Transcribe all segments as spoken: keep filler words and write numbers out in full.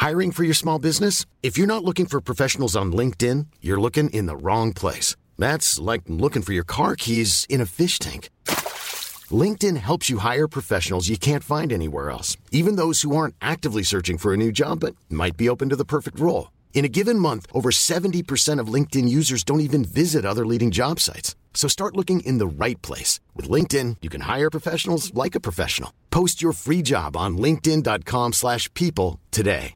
Hiring for your small business? If you're not looking for professionals on LinkedIn, you're looking in the wrong place. That's like looking for your car keys in a fish tank. LinkedIn helps you hire professionals you can't find anywhere else, even those who aren't actively searching for a new job but might be open to the perfect role. In a given month, over seventy percent of LinkedIn users don't even visit other leading job sites. So start looking in the right place. With LinkedIn, you can hire professionals like a professional. Post your free job on linkedin.com slash people today.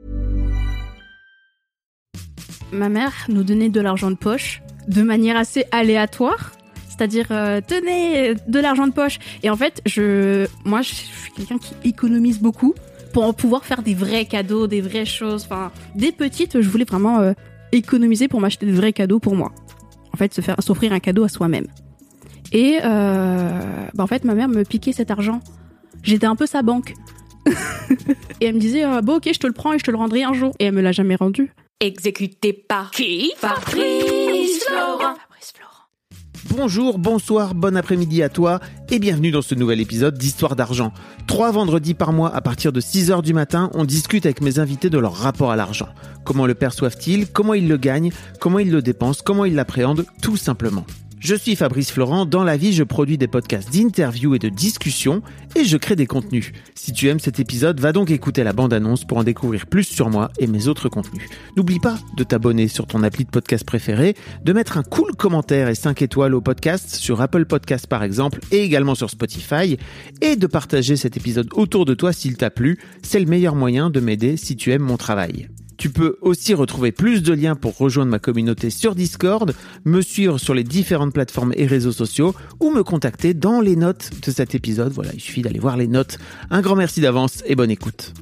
Ma mère nous donnait de l'argent de poche de manière assez aléatoire. C'est-à-dire, euh, tenez, de l'argent de poche. Et en fait, je, moi, je suis quelqu'un qui économise beaucoup pour pouvoir faire des vrais cadeaux, des vraies choses. Enfin, dès petite, je voulais vraiment euh, économiser pour m'acheter des vrais cadeaux pour moi. En fait, se faire, s'offrir un cadeau à soi-même. Et euh, bah en fait, ma mère me piquait cet argent. J'étais un peu sa banque. Et elle me disait, euh, bon, ok, je te le prends et je te le rendrai un jour. Et elle me l'a jamais rendu. Exécuté par qui? Fabrice Florent. Bonjour, bonsoir, bon après-midi à toi et bienvenue dans ce nouvel épisode d'Histoire d'argent. Trois vendredis par mois à partir de six heures du matin, on discute avec mes invités de leur rapport à l'argent. Comment le perçoivent-ils? Comment ils le gagnent? Comment ils le dépensent? Comment ils l'appréhendent? Tout simplement. Je suis Fabrice Florent, dans la vie je produis des podcasts d'interviews et de discussions et je crée des contenus. Si tu aimes cet épisode, va donc écouter la bande-annonce pour en découvrir plus sur moi et mes autres contenus. N'oublie pas de t'abonner sur ton appli de podcast préféré, de mettre un cool commentaire et cinq étoiles au podcast sur Apple Podcasts par exemple et également sur Spotify et de partager cet épisode autour de toi s'il t'a plu, c'est le meilleur moyen de m'aider si tu aimes mon travail. Tu peux aussi retrouver plus de liens pour rejoindre ma communauté sur Discord, me suivre sur les différentes plateformes et réseaux sociaux ou me contacter dans les notes de cet épisode. Voilà, il suffit d'aller voir les notes. Un grand merci d'avance et bonne écoute.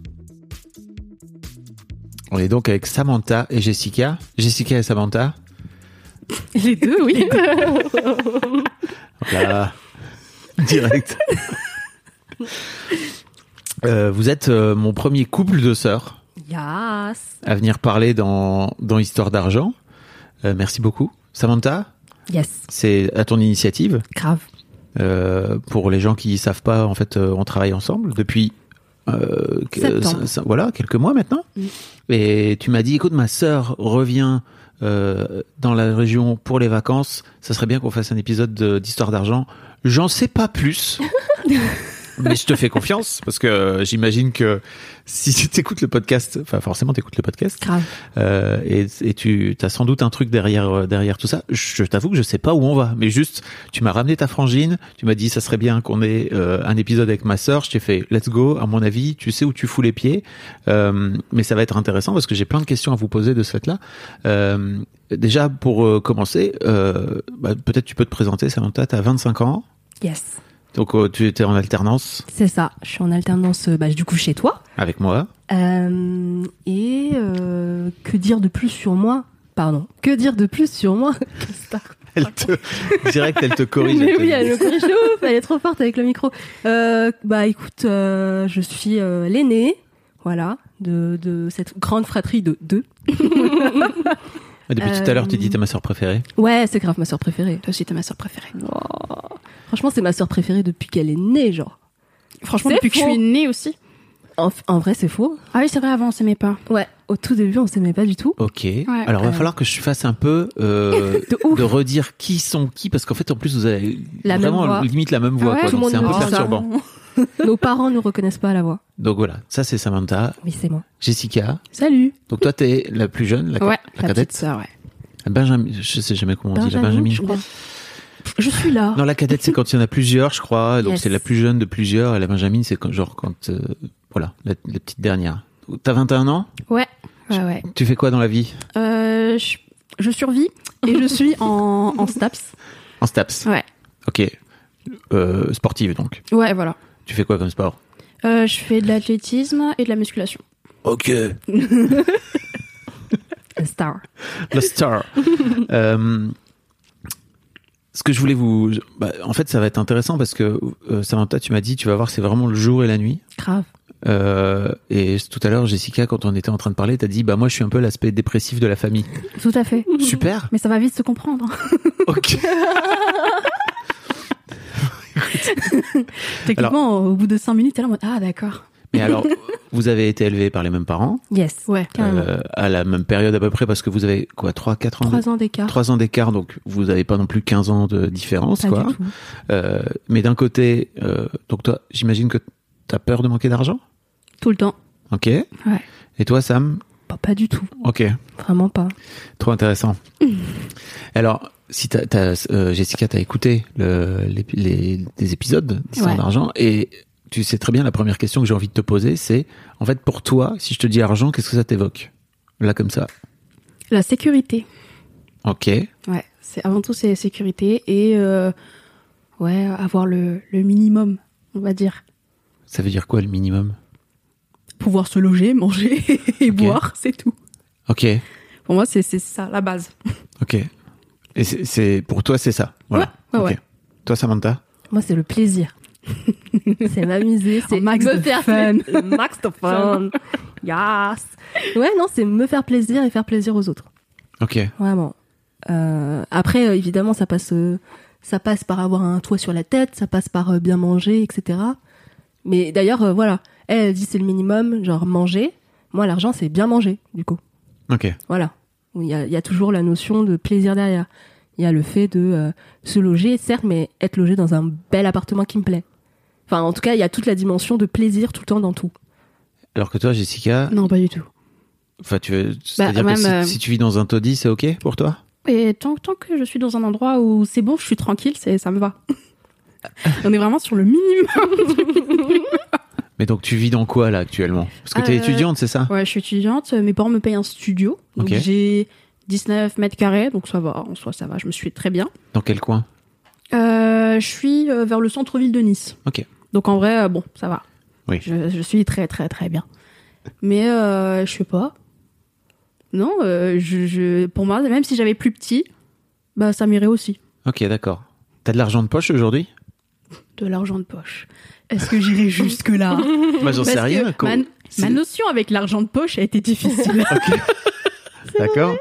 On est donc avec Samantha et Jessica. Jessica et Samantha. Les deux, oui. Voilà, direct. Euh, vous êtes euh, mon premier couple de sœurs. Yes. À venir parler dans, dans Histoire d'argent. Euh, merci beaucoup. Samantha? Yes. C'est à ton initiative. Grave. Euh, pour les gens qui savent pas, en fait, euh, on travaille ensemble depuis euh, que, ça, ça, voilà, quelques mois maintenant. Mm. Et tu m'as dit, écoute, ma sœur revient euh, dans la région pour les vacances. Ça serait bien qu'on fasse un épisode de, d'Histoire d'argent. J'en sais pas plus. Mais je te fais confiance parce que j'imagine que si tu écoutes le podcast, enfin forcément tu écoutes le podcast, grave, euh, et, et tu as sans doute un truc derrière derrière tout ça. Je t'avoue que je sais pas où on va, mais juste tu m'as ramené ta frangine, tu m'as dit ça serait bien qu'on ait euh, un épisode avec ma sœur. Je t'ai fait let's go. À mon avis, tu sais où tu fous les pieds, euh, mais ça va être intéressant parce que j'ai plein de questions à vous poser de ce fait-là. Euh, déjà pour euh, commencer, euh, bah, peut-être tu peux te présenter, Samantha. T'as vingt-cinq ans. Yes. Donc euh, tu étais en alternance. C'est ça, je suis en alternance bah, du coup chez toi. Avec moi. Euh, et euh, que dire de plus sur moi? Pardon. Que dire de plus sur moi? Elle te, direct, elle te corrige. Mais elle oui, elle me corrige de ouf, elle est trop forte avec le micro. Euh, bah écoute, euh, je suis euh, l'aînée, voilà, de, de cette grande fratrie de deux. Depuis euh... tout à l'heure, tu dis t'es ma sœur préférée. Ouais, c'est grave ma sœur préférée. Toi aussi, t'es ma sœur préférée. Oh. Franchement, c'est ma sœur préférée depuis qu'elle est née, genre. Franchement, c'est depuis faux. que je suis née aussi. En, en vrai, c'est faux. Ah oui, c'est vrai, avant, on s'aimait pas. Ouais, au tout début, on s'aimait pas du tout. Ok. Ouais. Alors, il va euh... falloir que je fasse un peu euh, de, de redire qui sont qui, parce qu'en fait, en plus, vous avez la vraiment limite la même voix. Ouais, quoi, tout donc c'est un peu ça. perturbant. Nos parents ne reconnaissent pas la voix. Donc voilà, ça c'est Samantha. Oui, c'est moi. Jessica. Salut. Donc toi, t'es la plus jeune, la, ouais, la, la cadette. Sœur, ouais. Benjamin, je sais jamais comment on Benjamin, dit, la Benjamin. Je crois. Je suis là. Non, la cadette, c'est quand il y en a plusieurs, je crois. Donc, yes. c'est la plus jeune de plusieurs. Et la Benjamin, c'est quand, genre quand... Euh, voilà, la, la petite dernière. T'as vingt et un ans? Ouais, ouais, ouais. Tu fais quoi dans la vie? euh, je, je survis et je suis en, en STAPS. En STAPS? Ouais. Ok. Euh, sportive, donc? Ouais, voilà. Tu fais quoi comme sport? euh, Je fais de l'athlétisme et de la musculation. Ok. La star. La star. euh... Ce que je voulais vous... Bah, en fait, ça va être intéressant parce que, euh, Samantha, tu m'as dit, tu vas voir, c'est vraiment le jour et la nuit. Grave. Euh, et tout à l'heure, Jessica, quand on était en train de parler, t'as dit, bah moi, je suis un peu l'aspect dépressif de la famille. Tout à fait. Super. Mais ça va vite se comprendre. Ok. Techniquement, Alors, au bout de cinq minutes, t'es là en mode, ah, d'accord. Mais alors, vous avez été élevé par les mêmes parents, Yes. Ouais. Carrément. euh, à la même période à peu près, parce que vous avez quoi, trois, quatre ans Trois ans d'écart. trois ans d'écart, donc vous n'avez pas non plus quinze ans de différence, Pas quoi. du tout. Euh, mais d'un côté, euh, donc toi, j'imagine que t'as peur de manquer d'argent. Tout le temps. Ok. Ouais. Et toi, Sam? Pas, pas du tout. Ok. Vraiment pas. Trop intéressant. Alors, si t'as, t'as, euh, Jessica, t'as écouté le, les, les, les épisodes d'Histoire Ouais. d'argent, et tu sais très bien, la première question que j'ai envie de te poser, c'est, en fait, pour toi, si je te dis argent, qu'est-ce que ça t'évoque? Là, comme ça. La sécurité. Ok. Ouais. C'est avant tout c'est sécurité et euh, ouais avoir le, le minimum, on va dire. Ça veut dire quoi, le minimum? Pouvoir se loger, manger et Ok. boire, c'est tout. Ok. Pour moi, c'est c'est ça la base. Ok. Et c'est, c'est pour toi, c'est ça. Voilà. Ouais, ouais, Ok. ouais. Toi, Samantha? Moi, c'est le plaisir. C'est m'amuser, c'est Un max me de faire fun. pla- max de fun. Yes. Ouais, non, c'est me faire plaisir et faire plaisir aux autres. Ok. Vraiment. Euh, après, euh, évidemment, ça passe, euh, ça passe par avoir un toit sur la tête, ça passe par euh, bien manger, et cetera. Mais d'ailleurs, euh, voilà, elle, elle dit c'est le minimum, genre manger. Moi, l'argent, c'est bien manger, du coup. Ok. Voilà. Il y a, il y a toujours la notion de plaisir derrière. Il y a le fait de euh, se loger, certes, mais être logé dans un bel appartement qui me plaît. Enfin, en tout cas, il y a toute la dimension de plaisir tout le temps dans tout. Alors que toi, Jessica, Non, pas du tout. enfin, tu veux, c'est-à-dire même, que si, euh, si tu vis dans un taudis, c'est ok pour toi? Et tant, tant que je suis dans un endroit où c'est bon, je suis tranquille, c'est ça me va. On est vraiment sur le minimum. Mais donc, tu vis dans quoi, là, actuellement? Parce que t'es Euh, étudiante, c'est ça? Ouais, je suis étudiante. Mes parents me payent un studio. Donc Ok. j'ai dix-neuf mètres carrés, donc ça va. En soi, ça va. Je me suis très bien. Dans quel coin? Euh, je suis euh, vers le centre-ville de Nice. Ok. Donc en vrai, euh, bon, ça va. Oui. Je, je suis très, très, très bien. Mais euh, je sais pas. Non, euh, je, je, pour moi, même si j'avais plus petit, bah ça m'irait aussi. Ok, d'accord. T'as de l'argent de poche aujourd'hui? De l'argent de poche. Est-ce que j'irai jusque-là? Bah, j'en sais Parce rien. que Comment- ma, c'est- ma notion avec l'argent de poche a été difficile. D'accord.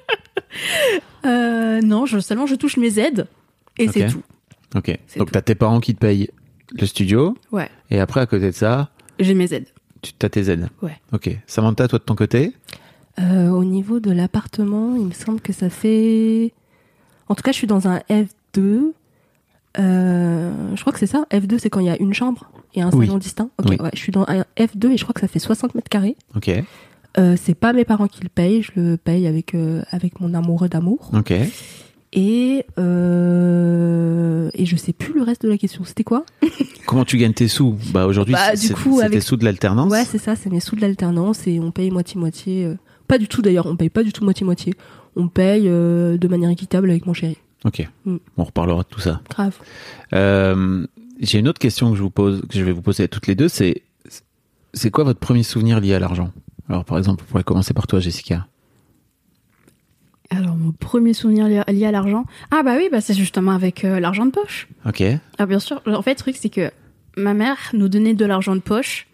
Euh, non, je, seulement je touche mes aides et Ok. c'est tout. Ok. C'est Donc, tout. t'as tes parents qui te payent le studio, Ouais, et après, à côté de ça, j'ai mes aides. tu as tes aides. Ouais. Ok. Samantha, toi, de ton côté? Euh, au niveau de l'appartement, il me semble que ça fait... En tout cas, je suis dans un F deux. Euh, je crois que c'est ça. F deux, c'est quand il y a une chambre et un Oui. salon distinct. Ok, Oui. ouais, je suis dans un F deux et je crois que ça fait soixante mètres carrés. Ok. Euh, c'est pas mes parents qui le payent, je le paye avec, euh, avec mon amoureux d'amour. Ok. Et, euh, et je sais plus le reste de la question. C'était quoi? Comment tu gagnes tes sous? Bah, aujourd'hui, Bah, c'est du coup, c'est tes avec- sous de l'alternance. Ouais, c'est ça, c'est mes sous de l'alternance et on paye moitié-moitié. euh, Pas du tout d'ailleurs, on paye pas du tout moitié-moitié. On paye euh, de manière équitable avec mon chéri. Ok. Mm. On reparlera de tout ça. Grave. Euh, j'ai une autre question que je vous pose, que je vais vous poser à toutes les deux. C'est, c'est quoi votre premier souvenir lié à l'argent? Alors, par exemple, on pourrait commencer par toi, Jessica. Alors, mon premier souvenir li- lié à l'argent. Ah, bah oui, bah c'est justement avec euh, l'argent de poche. Ok. Ah, bien sûr. En fait, le truc, c'est que ma mère nous donnait de l'argent de poche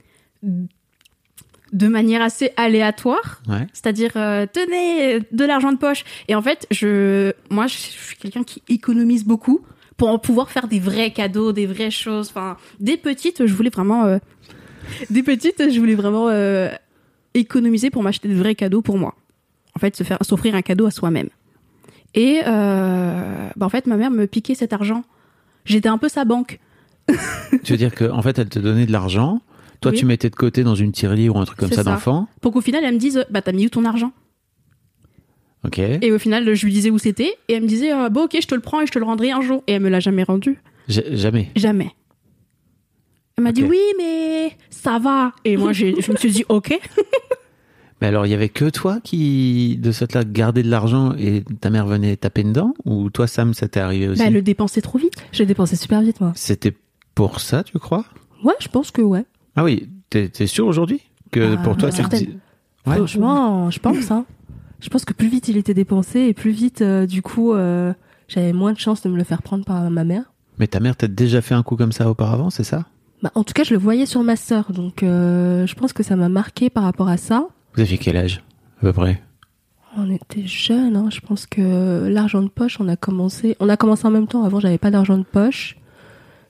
de manière assez aléatoire. Ouais. C'est-à-dire, euh, tenez, de l'argent de poche. Et en fait, je, moi, je suis quelqu'un qui économise beaucoup pour en pouvoir faire des vrais cadeaux, des vraies choses. Enfin, des petites, je voulais vraiment, euh, des petites, je voulais vraiment euh, économiser pour m'acheter de vrais cadeaux pour moi. En fait, se faire, s'offrir un cadeau à soi-même. Et euh, bah en fait, ma mère me piquait cet argent. J'étais un peu sa banque. Tu veux dire qu'en en fait, elle te donnait de l'argent. Toi, Oui. tu mettais de côté dans une tirelire ou un truc comme C'est ça, ça. d'enfant. Pour qu'au final, elle me dise, bah t'as mis où ton argent? Ok. Et au final, je lui disais où c'était. Et elle me disait, euh, bon, ok, je te le prends et je te le rendrai un jour. Et elle me l'a jamais rendu. J- jamais. Jamais. Elle m'a Ok. dit, oui, mais ça va. Et moi, j'ai, je me suis dit, ok. Mais alors, il y avait que toi qui, de cette là, gardais de l'argent et ta mère venait taper dedans? Ou toi, Sam, ça t'est arrivé aussi? Bah, elle le dépensait trop vite. J'ai dépensé super vite, moi. C'était pour ça, tu crois? Ouais, je pense que ouais. Ah oui, t'es, t'es sûr aujourd'hui que Ah, pour toi, c'est... certaine. Ouais. Franchement, je pense. Hein. Je pense que plus vite il était dépensé et plus vite, euh, du coup, euh, j'avais moins de chances de me le faire prendre par ma mère. Mais ta mère t'a déjà fait un coup comme ça auparavant, c'est ça? Bah, en tout cas, je le voyais sur ma sœur, donc euh, je pense que ça m'a marqué par rapport à ça. Vous aviez quel âge, à peu près? On était jeunes, hein. Je pense que l'argent de poche, on a commencé, on a commencé en même temps. Avant, j'avais pas d'argent de poche.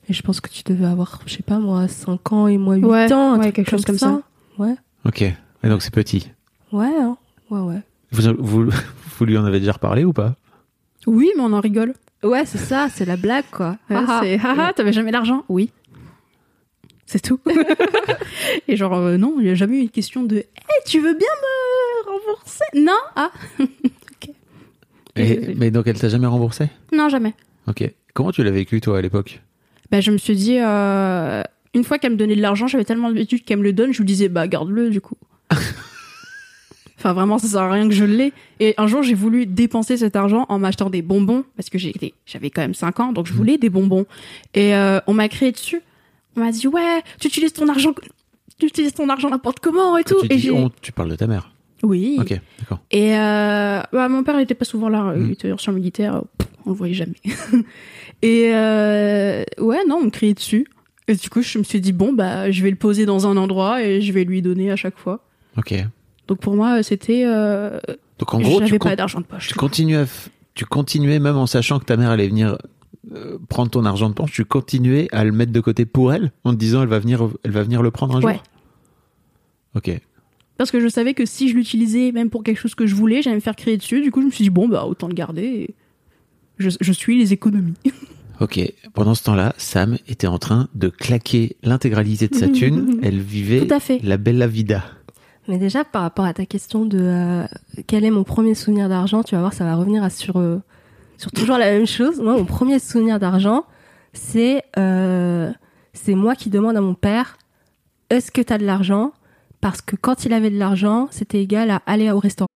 Et je pense que tu devais avoir, je sais pas moi, cinq ans et moi huit Ouais, ans. un ouais, truc quelque chose comme ça. Ouais. Ok. Et donc c'est petit. Ouais, hein. Ouais, ouais. Vous, vous, vous lui en avez déjà reparlé ou pas? Oui, mais on en rigole. Ouais, c'est ça, c'est la blague, quoi. Ouais, Haha. c'est haha, t'avais jamais d'argent? Oui. C'est tout. Et genre, euh, non, il n'y a jamais eu une question de hey, tu veux bien me rembourser? Non? Ah. Ok. Et, mais donc elle t'a jamais remboursé? Non, jamais. Ok. Comment tu l'as vécu toi à l'époque? Bah, je me suis dit, euh, une fois qu'elle me donnait de l'argent, j'avais tellement d'habitude qu'elle me le donne, je lui disais, bah, garde-le, du coup. Enfin, vraiment, ça sert à rien que je l'ai. Et un jour, j'ai voulu dépenser cet argent en m'achetant des bonbons, parce que j'étais, j'avais quand même cinq ans, donc je voulais des bonbons. Et euh, on m'a crié dessus. On m'a dit, ouais, tu utilises ton argent, tu utilises ton argent n'importe comment et tout. Tu, et dis j'ai... on, tu parles de ta mère? Oui. Ok, d'accord. Et euh, bah, mon père, il était pas souvent là. Mm. Il était ancien militaire. Pff, on le voyait jamais. Et euh, ouais, non, on me criait dessus. Et du coup, je me suis dit, bon, bah, je vais le poser dans un endroit et je vais lui donner à chaque fois. Ok. Donc pour moi, c'était... Euh, Donc en gros, j'avais tu, pas con- d'argent de poche. tu, continues à f- tu continuais, même en sachant que ta mère allait venir euh, prendre ton argent de poche, tu continuais à le mettre de côté pour elle, en te disant elle va venir, elle va venir le prendre un Ouais. jour? Ok. Parce que je savais que si je l'utilisais même pour quelque chose que je voulais, j'allais me faire crier dessus. Du coup, je me suis dit, bon, bah, autant le garder. Et je, je suis les économies. Ok. Pendant ce temps-là, Sam était en train de claquer l'intégralité de sa thune. Elle vivait Tout à fait. la bella vida. Mais déjà, par rapport à ta question de euh, quel est mon premier souvenir d'argent, tu vas voir, ça va revenir à sur, euh, sur toujours la même chose. Moi, mon premier souvenir d'argent, c'est, euh, c'est moi qui demande à mon père, est-ce que t'as de l'argent? Parce que quand il avait de l'argent, c'était égal à aller au restaurant.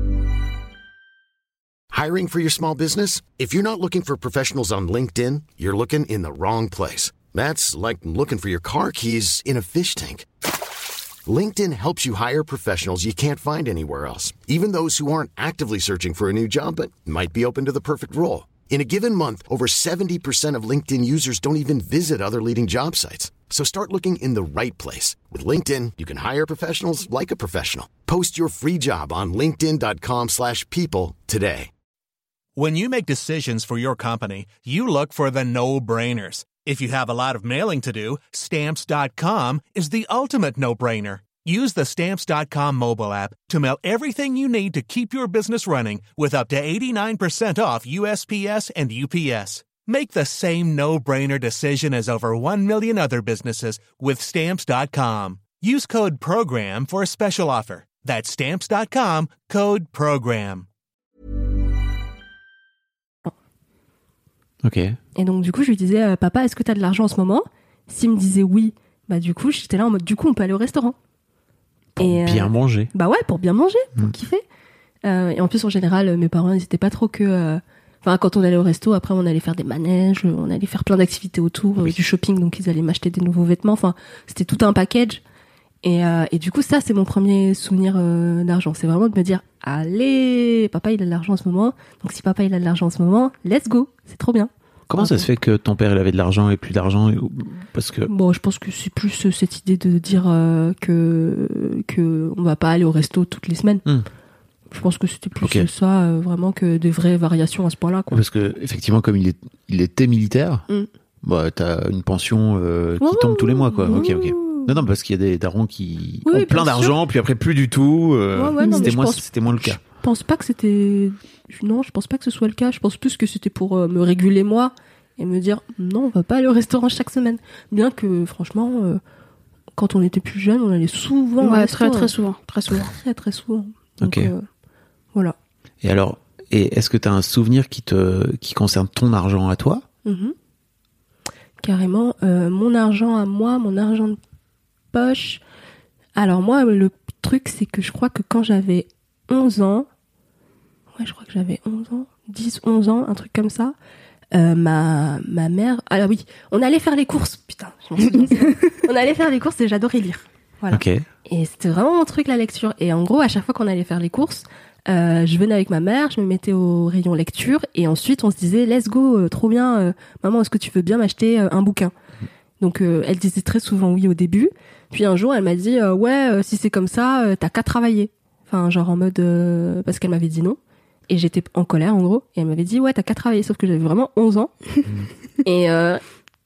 Hiring for your small business? If you're not looking for professionals on LinkedIn, you're looking in the wrong place. That's like looking for your car keys in a fish tank. LinkedIn helps you hire professionals you can't find anywhere else, even those who aren't actively searching for a new job but might be open to the perfect role. In a given month, over seventy percent of LinkedIn users don't even visit other leading job sites. So start looking in the right place. With LinkedIn, you can hire professionals like a professional. Post your free job on linkedin dot com slash people today. When you make decisions for your company, you look for the no-brainers. If you have a lot of mailing to do, Stamps dot com is the ultimate no-brainer. Use the Stamps dot com mobile app to mail everything you need to keep your business running with up to eighty-nine percent off U S P S and U P S. Make the same no-brainer decision as over one million other businesses with Stamps dot com. Use code PROGRAM for a special offer. That's Stamps dot com, code PROGRAM. Ok. Et donc, du coup, je lui disais, euh, papa, est-ce que t'as de l'argent en ce moment? S'il me disait oui, bah, du coup, j'étais là en mode, du coup, on peut aller au restaurant. Pour Et, euh, bien manger. Bah ouais, pour bien manger, pour Mm. kiffer. Euh, et en plus, en général, euh, mes parents, ils étaient pas trop que... euh, Enfin, quand on allait au resto, après, on allait faire des manèges, on allait faire plein d'activités autour, euh, Oui. du shopping, donc ils allaient m'acheter des nouveaux vêtements. Enfin, c'était tout un package. Et, euh, et du coup, ça, c'est mon premier souvenir euh, d'argent. C'est vraiment de me dire, allez, papa, il a de l'argent en ce moment. Donc, si papa, il a de l'argent en ce moment, let's go. C'est trop bien. Comment ça se fait que ton père il avait de l'argent et plus d'argent? Parce que Bon, je pense que c'est plus euh, cette idée de dire euh, que que on va pas aller au resto toutes les semaines. Hmm. Je pense que c'était plus Ok. euh, ça, euh, vraiment, que des vraies variations à ce point-là, quoi. parce que effectivement comme il est il était militaire, Mm. bah t'as une pension euh, qui Ouais, tombe tous les mois quoi. ouais, Ok ok. ouais. Non non parce qu'il y a des darons qui Oui, ont oui, plein bien d'argent puis après plus du tout. euh, Ouais, ouais, non, mais c'était je moins pense- c'était moins le cas. Je pense pas que c'était... Non, je pense pas que ce soit le cas. Je pense plus que c'était pour euh, me réguler moi et me dire, non, on va pas aller au restaurant chaque semaine. Bien que, franchement, euh, quand on était plus jeune, on allait souvent au Ouais, resto, très très hein. souvent, très souvent. Très, très souvent. Donc, Ok. euh, voilà. Et alors et est-ce que t'as un souvenir qui te qui concerne ton argent à toi? Mhm. Carrément, euh, mon argent à moi, mon argent de poche. Alors moi, le truc, c'est que je crois que quand j'avais onze ans, ouais, je crois que j'avais onze ans, dix, onze ans, un truc comme ça, euh, ma, ma mère... Ah oui, on allait faire les courses, putain, je m'en souviens. On allait faire les courses et j'adorais lire. Voilà. Ok. Et c'était vraiment mon truc, la lecture. Et en gros, à chaque fois qu'on allait faire les courses, euh, je venais avec ma mère, je me mettais au rayon lecture, et ensuite on se disait, let's go, euh, trop bien, euh, maman, est-ce que tu veux bien m'acheter euh, un bouquin? Donc euh, elle disait très souvent oui au début. Puis un jour, elle m'a dit, euh, ouais, euh, si c'est comme ça, euh, t'as qu'à travailler. Enfin, genre en mode... euh, parce qu'elle m'avait dit non. Et j'étais en colère, en gros. Et elle m'avait dit, ouais, t'as qu'à travailler. Sauf que j'avais vraiment onze ans. et, euh,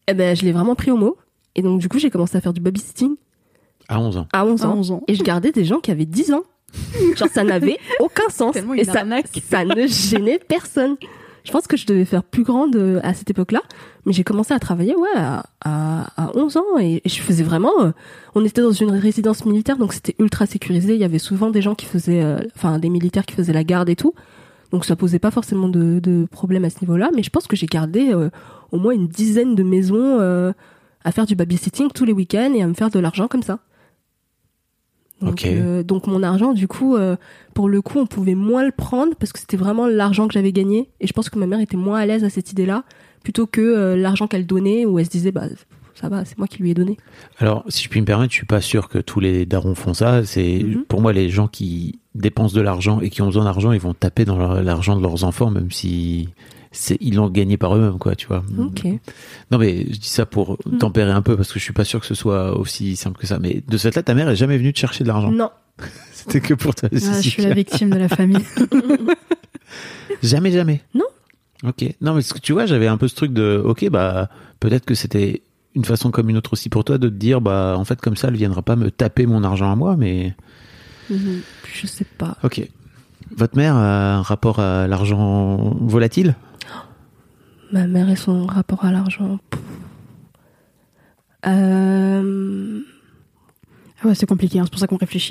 Eh ben, je l'ai vraiment pris au mot. Et donc, du coup, j'ai commencé à faire du babysitting. À onze ans. À onze ans. À onze ans. Et je gardais des gens qui avaient dix ans. Genre, ça n'avait aucun sens. Tellement Et une ça, arnaque. ça ne gênait personne. Je pense que je devais faire plus grande à cette époque-là. Mais j'ai commencé à travailler, ouais, à, à, à onze ans. Et, et je faisais vraiment... Euh, on était dans une résidence militaire, donc c'était ultra sécurisé. Il y avait souvent des gens qui faisaient... Euh, enfin, des militaires qui faisaient la garde et tout. Donc ça posait pas forcément de, de problème à ce niveau-là. Mais je pense que j'ai gardé euh, au moins une dizaine de maisons euh, à faire du babysitting tous les week-ends et à me faire de l'argent comme ça. Donc, Ok. euh, donc mon argent, du coup, euh, pour le coup, on pouvait moins le prendre parce que c'était vraiment l'argent que j'avais gagné. Et je pense que ma mère était moins à l'aise à cette idée-là, plutôt que euh, l'argent qu'elle donnait, où elle se disait, bah ça va, c'est moi qui lui ai donné. Alors, si je puis me permettre, je suis pas sûr que tous les darons font ça. C'est Mhm. pour moi les gens qui dépensent de l'argent et qui ont besoin d'argent, ils vont taper dans leur- l'argent de leurs enfants, même si c'est ils l'ont gagné par eux-mêmes, quoi, tu vois. Ok. Non, mais je dis ça pour Mhm. tempérer un peu parce que je suis pas sûr que ce soit aussi simple que ça. Mais de cette là, ta mère est jamais venue te chercher de l'argent. Non. C'était que pour toi. Ah, je suis la victime de la famille. Jamais, jamais. Non. Ok. Non, mais ce que tu vois, j'avais un peu ce truc de, ok, bah peut-être que c'était une façon comme une autre aussi pour toi de te dire, bah en fait comme ça, elle viendra pas me taper mon argent à moi, mais Mhm. Je sais pas. ok. Votre mère a un rapport à l'argent volatile? Ma mère et son rapport à l'argent. Pff. Euh... Ah ouais, c'est compliqué, hein, c'est pour ça qu'on réfléchit.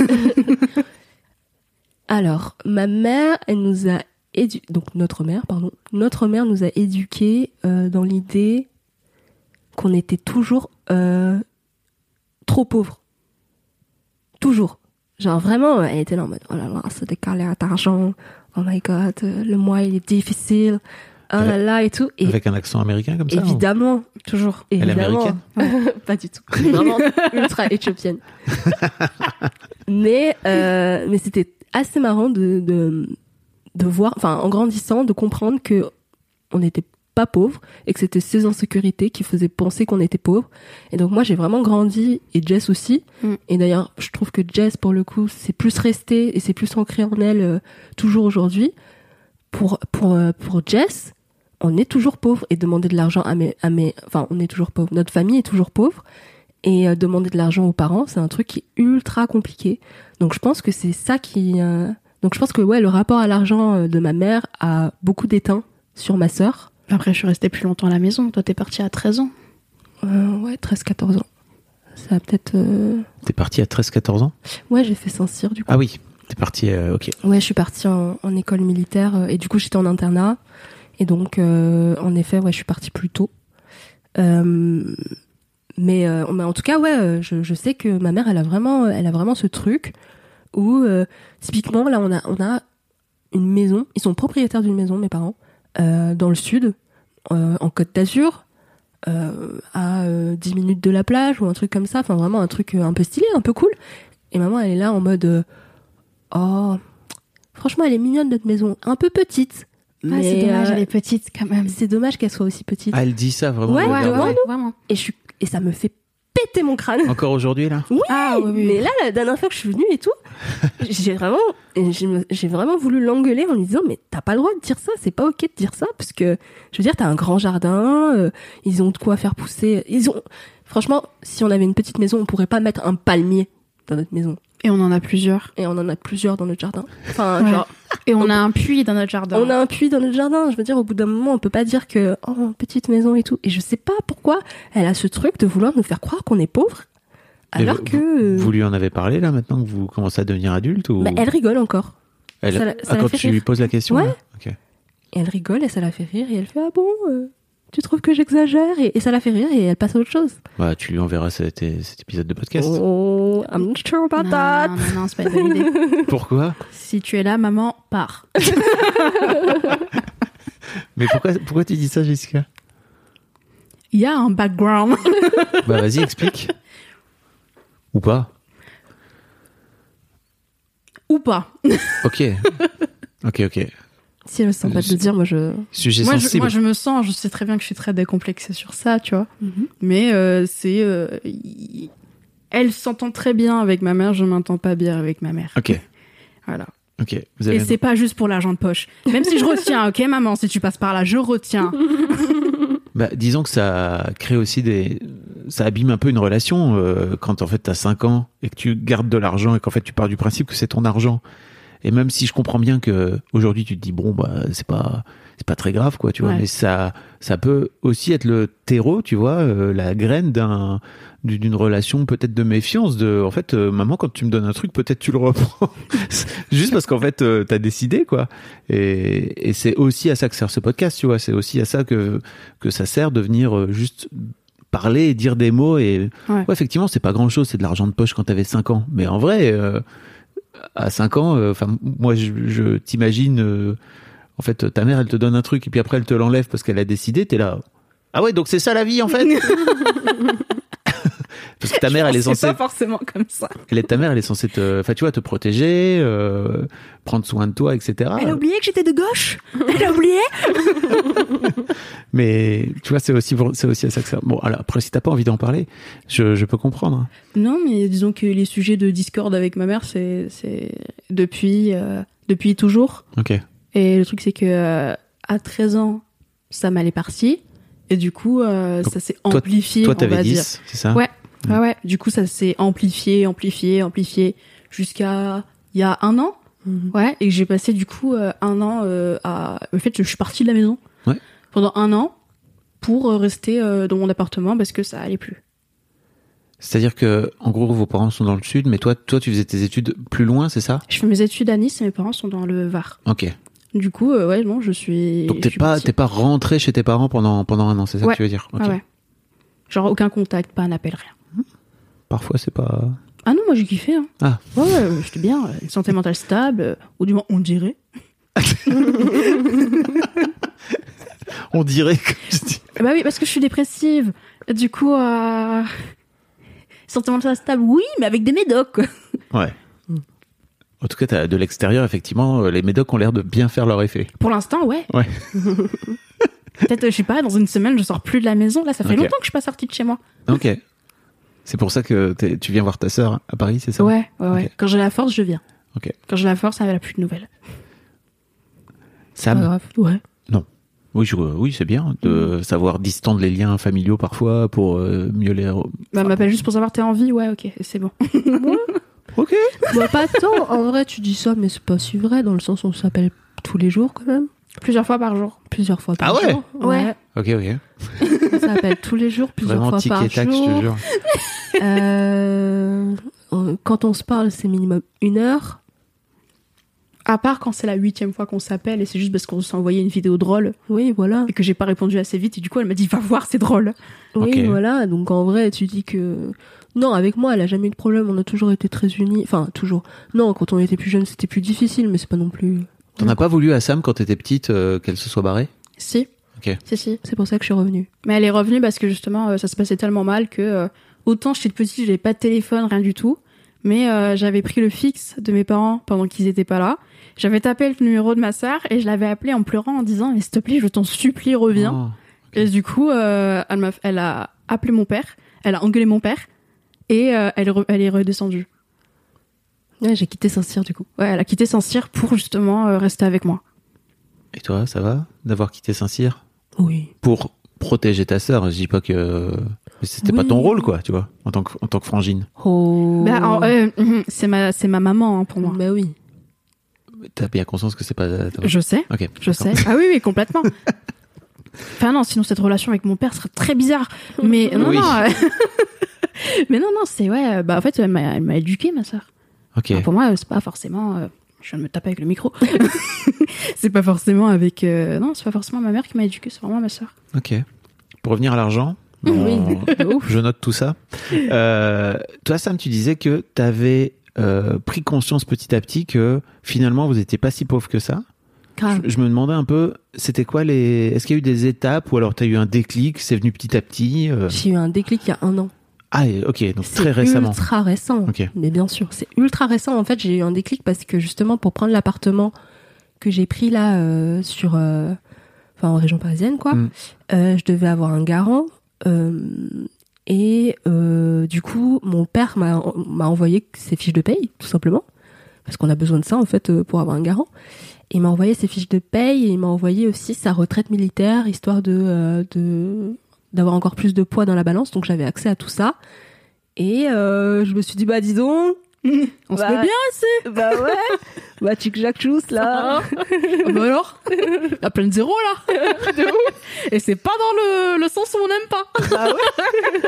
Alors, ma mère, elle nous a édu... donc notre mère, pardon, notre mère nous a éduqués euh, dans l'idée qu'on était toujours euh, trop pauvres. Toujours. Genre vraiment, elle était là en mode, oh là là, c'est décalé à d'argent, oh my god, euh, le mois il est difficile, oh là là et tout. Et Avec un accent américain comme ça? ou- évidemment, toujours. Elle est Évidemment. Pas du tout. Vraiment ultra éthiopienne. mais euh, mais c'était assez marrant de, de de voir, enfin en grandissant, de comprendre que on n'était pas pauvres et que c'était ces insécurités qui faisaient penser qu'on était pauvres. Et donc moi j'ai vraiment grandi, et Jess aussi. Mm. Et d'ailleurs je trouve que Jess pour le coup c'est plus resté et c'est plus ancré en elle euh, toujours aujourd'hui. Pour pour euh, pour Jess, on est toujours pauvre, et demander de l'argent à mes à mes enfin on est toujours pauvre, notre famille est toujours pauvre, et euh, demander de l'argent aux parents c'est un truc qui est ultra compliqué. Donc je pense que c'est ça qui euh... donc je pense que ouais, le rapport à l'argent euh, de ma mère a beaucoup d'éteint sur ma sœur. Après, je suis restée plus longtemps à la maison. Toi, t'es partie à treize ans. Euh, ouais, treize quatorze ans. Ça a peut-être euh... T'es parti à treize quatorze ans? ouais, j'ai fait Saint-Cyr du coup. Ah oui, t'es parti, euh, ok. Ouais, je suis partie en, en école militaire, euh, et du coup j'étais en internat, et donc euh, en effet ouais, je suis partie plus tôt. Euh, mais, euh, mais en tout cas ouais, euh, je, je sais que ma mère elle a vraiment, elle a vraiment ce truc où euh, typiquement là on a on a une maison, ils sont propriétaires d'une maison mes parents euh, dans le sud, euh, en Côte d'Azur. Euh, à euh, dix minutes de la plage ou un truc comme ça, enfin vraiment un truc euh, un peu stylé, un peu cool. Et maman elle est là en mode euh, oh, franchement, elle est mignonne notre maison, un peu petite. Ah, Mais c'est dommage, euh, elle est petite quand même. c'est dommage qu'elle soit aussi petite. Ah, elle dit ça vraiment? Ouais, elle ouais, regarde. devant nous. vraiment. Et je suis, et ça me fait péter mon crâne. Encore aujourd'hui, là? Oui, Ah, oui, oui. mais là, la dernière fois que je suis venue et tout, j'ai vraiment, j'ai, me- j'ai vraiment voulu l'engueuler en lui disant, mais t'as pas le droit de dire ça, c'est pas ok de dire ça, parce que, je veux dire, t'as un grand jardin, euh, ils ont de quoi faire pousser, ils ont, franchement, si on avait une petite maison, on pourrait pas mettre un palmier dans notre maison. Et on en a plusieurs. Et on en a plusieurs dans notre jardin. Enfin, Ouais. genre, Et on a un puits dans notre jardin. on a un puits dans notre jardin. Je veux dire, au bout d'un moment, on peut pas dire que, oh, petite maison et tout. Et je sais pas pourquoi elle a ce truc de vouloir nous faire croire qu'on est pauvre. Et Alors vous- que. Vous lui en avez parlé, là, maintenant que vous commencez à devenir adulte? Ou... Bah, elle rigole encore. Elle- ça la- ah, ça la quand fait tu lui rire. poses la question? Ouais. là Ok. Et elle rigole et ça la fait rire. Et elle fait, ah bon, euh, tu trouves que j'exagère? et, et ça la fait rire et elle passe à autre chose. Bah, tu lui enverras cet, cet épisode de podcast. Oh, I'm not sure about non, that. non, non, c'est pas une bonne idée. Pourquoi? Si tu es là, maman, pars. Mais pourquoi, pourquoi tu dis ça, Jessica? Il y a un background. Bah, vas-y, explique. Ou pas? Ou pas. Ok. Ok, ok. Si elle se sent pas de le dire, moi je. Sujet Moi je, sensible. moi, je me sens, je sais très bien que je suis très décomplexée sur ça, tu vois. Mais euh, c'est... euh, y- Elle s'entend très bien avec ma mère, je m'entends pas bien avec ma mère. Ok, Voilà. ok. Vous avez Et c'est pas juste pour l'argent de poche. Même si je retiens, ok maman, si tu passes par là, je retiens. Bah, disons que ça crée aussi des, ça abîme un peu une relation euh, quand en fait t'as cinq ans et que tu gardes de l'argent et qu'en fait tu pars du principe que c'est ton argent. Et même si je comprends bien que aujourd'hui tu te dis bon bah c'est pas c'est pas très grave quoi, tu vois, Ouais. mais ça ça peut aussi être le terreau, tu vois, euh, la graine d'un d'une relation peut-être de méfiance, de en fait euh, maman quand tu me donnes un truc peut-être tu le reprends juste parce qu'en fait euh, t'as décidé quoi. Et, et c'est aussi à ça que sert ce podcast, tu vois, c'est aussi à ça que que ça sert de venir euh, juste parler et dire des mots et Ouais. ouais, effectivement c'est pas grand chose, c'est de l'argent de poche quand t'avais cinq ans, mais en vrai euh, à cinq ans, enfin euh, moi je, je t'imagine euh, en fait ta mère elle te donne un truc et puis après elle te l'enlève parce qu'elle a décidé, t'es là ah ouais donc c'est ça la vie en fait. Parce que ta mère elle est C'est censée pas forcément comme ça. elle est ta mère elle est censée te enfin tu vois te protéger euh, prendre soin de toi etc. Elle a oublié que j'étais de gauche. Elle a oublié. Mais tu vois c'est aussi c'est aussi à ça que ça bon alors après si t'as pas envie d'en parler je, je peux comprendre. Non, mais disons que les sujets de discorde avec ma mère, c'est c'est depuis euh, depuis toujours. Ok. Et le truc c'est que euh, à treize ans, ça m'allait parti et du coup euh, Donc, ça s'est toi- amplifié, Toi on t'avais va dire. dix c'est ça. Ouais. Ouais ouais, du coup ça s'est amplifié, amplifié, amplifié jusqu'à il y a un an. Mhm. Ouais, et j'ai passé du coup euh, un an euh, à en fait je suis partie de la maison. Ouais. Pendant un an pour euh, rester euh, dans mon appartement parce que ça allait plus. C'est-à-dire que en gros vos parents sont dans le sud mais toi toi tu faisais tes études plus loin c'est ça. Je fais mes études à Nice et mes parents sont dans le Var. Ok. Du coup, euh, ouais, non, je suis. Donc je t'es suis pas partie. t'es pas rentré chez tes parents pendant pendant un an c'est ça Ouais. que tu veux dire. Ok. Ah ouais. Genre aucun contact, pas un appel, rien. Parfois c'est pas. Ah non, moi j'ai kiffé. Hein. Ah. Ouais, ouais, euh, j'étais bien. euh, Une santé mentale stable, euh, ou du moins on dirait. On dirait que je dis. Bah oui, parce que je suis dépressive. Du coup, euh... santé mentale stable, oui, mais avec des médocs. Quoi. Ouais. En tout cas, t'as- de l'extérieur, effectivement, euh, les médocs ont l'air de bien faire leur effet. Pour l'instant, ouais. Ouais. Peut-être, euh, je sais pas, dans une semaine, je sors plus de la maison. Là, ça fait Ok. longtemps que je suis pas sortie de chez moi. Ok. C'est pour ça que t'es- tu viens voir ta sœur à Paris, c'est ça? Ouais, ouais, ouais. Ok. Quand j'ai la force, je viens. Ok. Quand j'ai la force, elle a plus de nouvelles. Sam? Pas grave. Ouais. Oui, je- oui, c'est bien de savoir distendre les liens familiaux parfois pour euh, mieux les. re- Bah, m'appelle juste pour savoir t'es en vie, ouais, ok, c'est bon. Ok. Bah, pas tant. En vrai, tu dis ça, mais c'est pas si vrai, dans le sens où on s'appelle tous les jours, quand même. Plusieurs fois par jour. Plusieurs fois par Ah ouais jour. Ouais. Ok, ok. On s'appelle tous les jours, plusieurs Vraiment fois tic par et tac, je jour. te jure. Euh, euh, quand on se parle, c'est minimum une heure. À part quand c'est la huitième fois qu'on s'appelle et c'est juste parce qu'on s'est envoyé une vidéo drôle Oui, voilà. et que j'ai pas répondu assez vite et du coup elle m'a dit va voir, c'est drôle. Oui, Ok. voilà. Donc en vrai, tu dis que non, avec moi, elle a jamais eu de problème. On a toujours été très unis. Enfin, toujours. Non, quand on était plus jeune, c'était plus difficile, mais c'est pas non plus. T'en as pas voulu à Sam quand t'étais petite euh, qu'elle se soit barrée? Si. Ok. Si, si. C'est pour ça que je suis revenue. Mais elle est revenue parce que justement euh, ça se passait tellement mal que euh, autant j'étais petite, j'avais pas de téléphone, rien du tout. Mais euh, j'avais pris le fixe de mes parents pendant qu'ils étaient pas là. J'avais tapé le numéro de ma sœur et je l'avais appelé en pleurant en disant mais s'il te plaît, je t'en supplie, reviens. Oh. Et du coup, euh, elle, m'a, elle a appelé mon père, elle a engueulé mon père et euh, elle, re- elle est redescendue. Ouais, j'ai quitté Saint-Cyr, du coup. Ouais, elle a quitté Saint-Cyr pour justement euh, rester avec moi. Et toi, ça va d'avoir quitté Saint-Cyr? Oui. Pour protéger ta sœur, je dis pas que mais c'était pas Oui. ton rôle quoi, tu vois, en tant que en tant que frangine. Oh. Bah, en- euh, mhm, c'est ma, c'est ma maman hein, pour moi. Bah oui. T'as bien conscience que c'est pas ta- Je sais, Ok. je d'accord. sais. Ah oui, oui, complètement. Enfin non, sinon cette relation avec mon père serait très bizarre. Mais non, Oui. non. euh, Mais non, non, c'est ouais. Bah en fait, elle m'a, elle m'a éduquée, ma sœur. Ok. Alors, pour moi, euh, c'est pas forcément. euh, Je viens de me taper avec le micro. C'est pas forcément avec. euh, Non, c'est pas forcément ma mère qui m'a éduquée, c'est vraiment ma sœur. Ok. Pour revenir à l'argent, Oui, on- de ouf. je note tout ça. Euh, toi, Sam, tu disais que t'avais euh, pris conscience petit à petit que finalement vous étiez pas si pauvre que ça. Grave. Je, je me demandais un peu, c'était quoi les. Est-ce qu'il y a eu des étapes ou alors t'as eu un déclic, c'est venu petit à petit euh, J'ai eu un déclic il y a un an. Ah, ok, donc C'est très récemment. ultra récent. Ok. Mais bien sûr, c'est ultra récent. En fait, j'ai eu un déclic parce que justement, pour prendre l'appartement que j'ai pris là, euh, sur, euh, enfin, en région parisienne, quoi, Mm. euh, je devais avoir un garant. Euh, et euh, du coup, mon père m'a, m'a envoyé ses fiches de paye, tout simplement. parce qu'on a besoin de ça en fait euh, pour avoir un garant. Et il m'a envoyé ses fiches de paye et il m'a envoyé aussi sa retraite militaire, histoire de, euh, de d'avoir encore plus de poids dans la balance. Donc j'avais accès à tout ça. Et euh, je me suis dit, bah dis donc, On bah, se met bien assez. bah ouais, bah tchic jac chous là. Ah bah alors, il y a plein de zéros là. De ouf. Et c'est pas dans le, le sens où on n'aime pas. Bah ouais.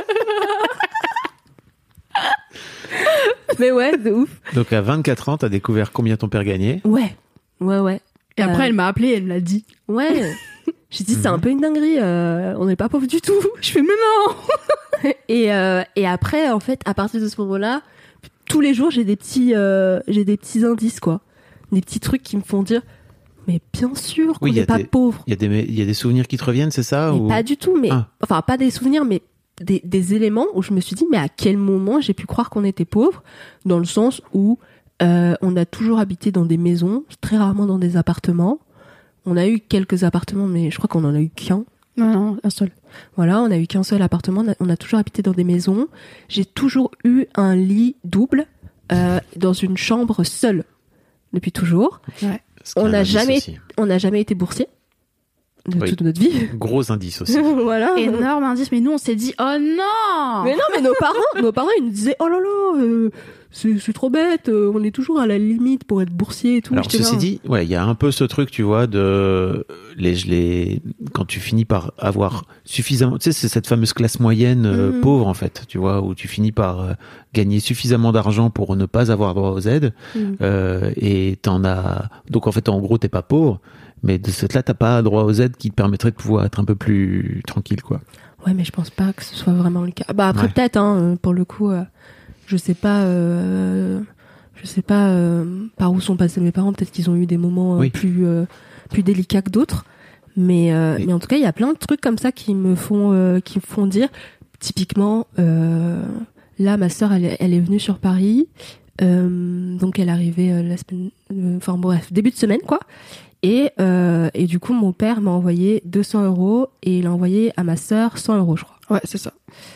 Mais ouais, de ouf. Donc à vingt-quatre ans, t'as découvert combien ton père gagnait. Ouais, ouais, ouais. Et après, Euh, elle m'a appelé, elle me l'a dit. Ouais. J'ai dit, c'est un peu une dinguerie, euh, on n'est pas pauvre du tout. Je fais, mais non. Et, euh, et après, en fait, à partir de ce moment-là, tous les jours, j'ai des petits, euh, j'ai des petits indices, quoi. Des petits trucs qui me font dire, mais bien sûr qu'on Oui, il y n'est a pas des- pauvre. Il y a des, il y a des souvenirs qui te reviennent, c'est ça Mais ou... pas du tout, mais, Ah. enfin, pas des souvenirs, mais des, des éléments où je me suis dit, mais à quel moment j'ai pu croire qu'on était pauvre, dans le sens où euh, on a toujours habité dans des maisons, très rarement dans des appartements. On a eu quelques appartements, mais je crois qu'on en a eu qu'un. Non, non, un seul. Voilà, on a eu qu'un seul appartement, on a, on a toujours habité dans des maisons. J'ai toujours eu un lit double euh, dans une chambre seule, depuis toujours. Ce qui est On un n'a indice jamais, aussi. on n'a jamais été boursier de Oui. toute notre vie. Gros indice aussi. Voilà. Énorme indice, mais nous on s'est dit, oh non. Mais non, mais nos parents, nos parents, ils nous disaient, oh là là, euh, c'est, c'est trop bête, euh, on est toujours à la limite pour être boursier et tout. Alors J'étais ceci là, dit, ouais, il y a un peu ce truc, tu vois, de les, les quand tu finis par avoir suffisamment, tu sais, c'est cette fameuse classe moyenne euh, Mhm. pauvre en fait, tu vois, où tu finis par euh, gagner suffisamment d'argent pour ne pas avoir droit aux aides, Mhm. euh, et t'en as, donc en fait, en gros, t'es pas pauvre, mais de ce fait-là, t'as pas droit aux aides qui te permettraient de pouvoir être un peu plus tranquille, quoi. Ouais, mais je pense pas que ce soit vraiment le cas. Bah après Ouais. peut-être, hein, euh, pour le coup, euh, je sais pas, euh, je sais pas euh, par où sont passés mes parents. Peut-être qu'ils ont eu des moments euh, Oui. plus euh, plus délicats que d'autres. Mais euh, Oui. mais en tout cas, il y a plein de trucs comme ça qui me font euh, qui me font dire. Typiquement, euh, là, ma sœur, elle, est- elle est venue sur Paris. Euh, donc elle est arrivée euh, la semaine, euh, enfin bref, début de semaine quoi. Et, euh, et du coup, mon père m'a envoyé deux cents euros et il a envoyé à ma sœur cent euros, je crois. Ouais, c'est ça.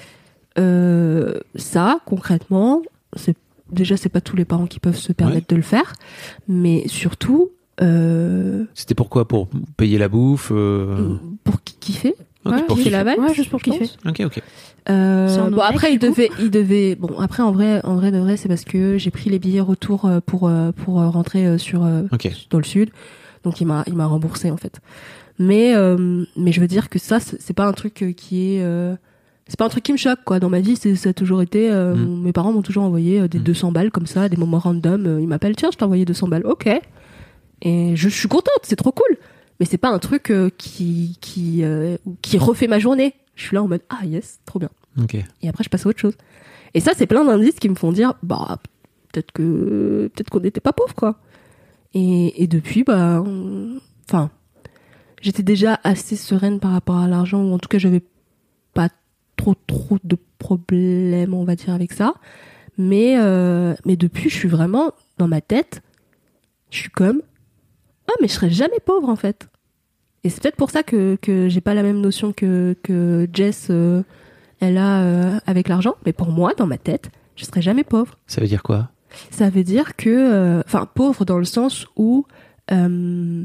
Euh, ça, concrètement, c'est, déjà, c'est pas tous les parents qui peuvent se permettre Ouais. de le faire. Mais surtout, euh, C'était pourquoi? Pour payer la bouffe euh... pour ki- kiffer. Ok, Ouais, pour kiffer kiffer. la vibe, Ouais, juste pour je pense. kiffer. Ok, ok. Euh, C'est un bon autre après mec, il du coup devait il devait bon après en vrai en vrai de vrai c'est parce que j'ai pris les billets retour euh, pour euh, pour euh, rentrer euh, sur euh, Ok. dans le sud, donc il m'a il m'a remboursé en fait, mais euh, mais je veux dire que ça c'est c'est pas un truc euh, qui est euh, c'est pas un truc qui me choque quoi. Dans ma vie c'est ça a toujours été euh, Mm. mes parents m'ont toujours envoyé euh, des Mm. deux cents balles comme ça à des moments random. Euh, ils m'appellent tiens je t'ai envoyé deux cents balles, ok, et je, je suis contente, c'est trop cool, mais c'est pas un truc euh, qui qui euh, qui refait ma journée. Je suis là en mode ah yes trop bien. Ok. Et après je passe à autre chose. Et ça c'est plein d'indices qui me font dire bah peut-être que peut-être qu'on n'était pas pauvres quoi. Et, et depuis bah on- enfin j'étais déjà assez sereine par rapport à l'argent, ou en tout cas j'avais pas trop trop de problèmes on va dire avec ça. Mais euh, mais depuis je suis vraiment dans ma tête, je suis comme ah mais je serai jamais pauvre en fait. Et c'est peut-être pour ça que que j'ai pas la même notion que que Jess euh, elle a euh, avec l'argent, mais pour moi dans ma tête je serai jamais pauvre. Ça veut dire quoi? Ça veut dire que enfin euh, pauvre dans le sens où euh,